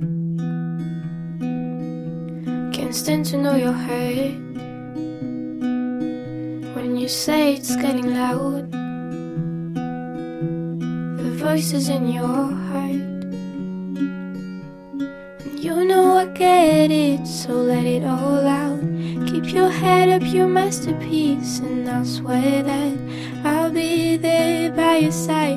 Can't stand to know you're hurt. When you say it's getting loud, the voices in your heart. And you know I get it, so let it all out. Keep your head up, your masterpiece, and I'll swear that I'll be there by your side.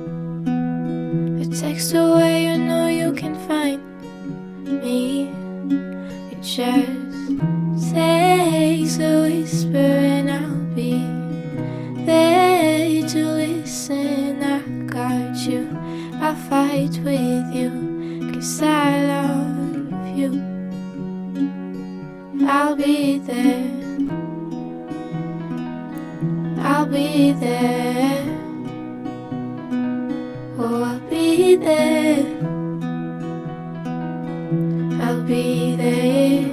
A text away, you know you can find me. It just takes a whisper and I'll be there to listen. I got you, I'll fight with you, 'cause I love you. I'll be there, I'll be there, oh I'll be there, I'll be there.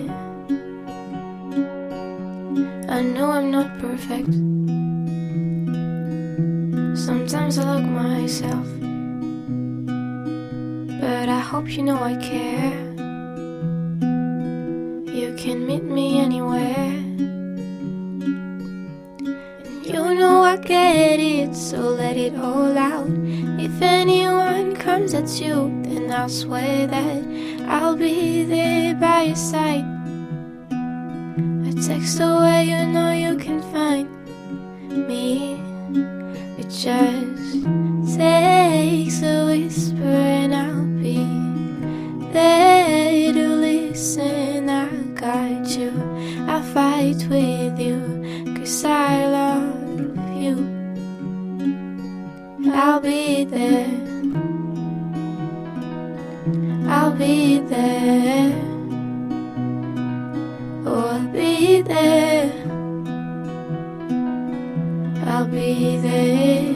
I know I'm not perfect. Sometimes I look myself, but I hope you know I care. You can meet me anywhere. And you know I get it, so let it all out. If anyone comes at you, then I'll swear that I'll be there by your side. A text away, you know you can find me. It just takes a whisper and I'll be there to listen. I got you, I'll fight with you, 'cause I love you. I'll be there, I'll be there, oh I'll be there, I'll be there.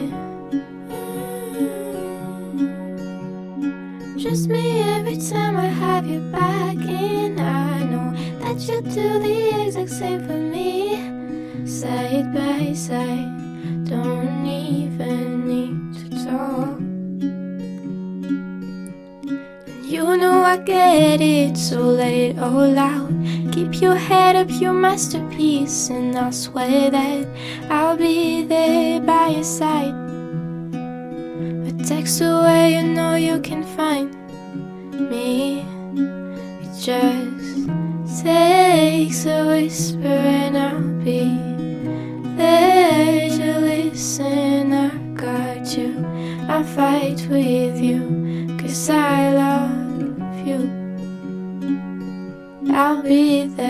Just me every time I have you back, and I know that you do the exact same for me. Side by side, don't even need to talk. And you know I get it, so let it all out. Keep your head up, your masterpiece, and I'll swear that I'll be there by your side. A text away, you know you can find me. It just takes a whisper and I'll be there to listen. I got you, I'll fight with you, 'cause I love you. I'll be there.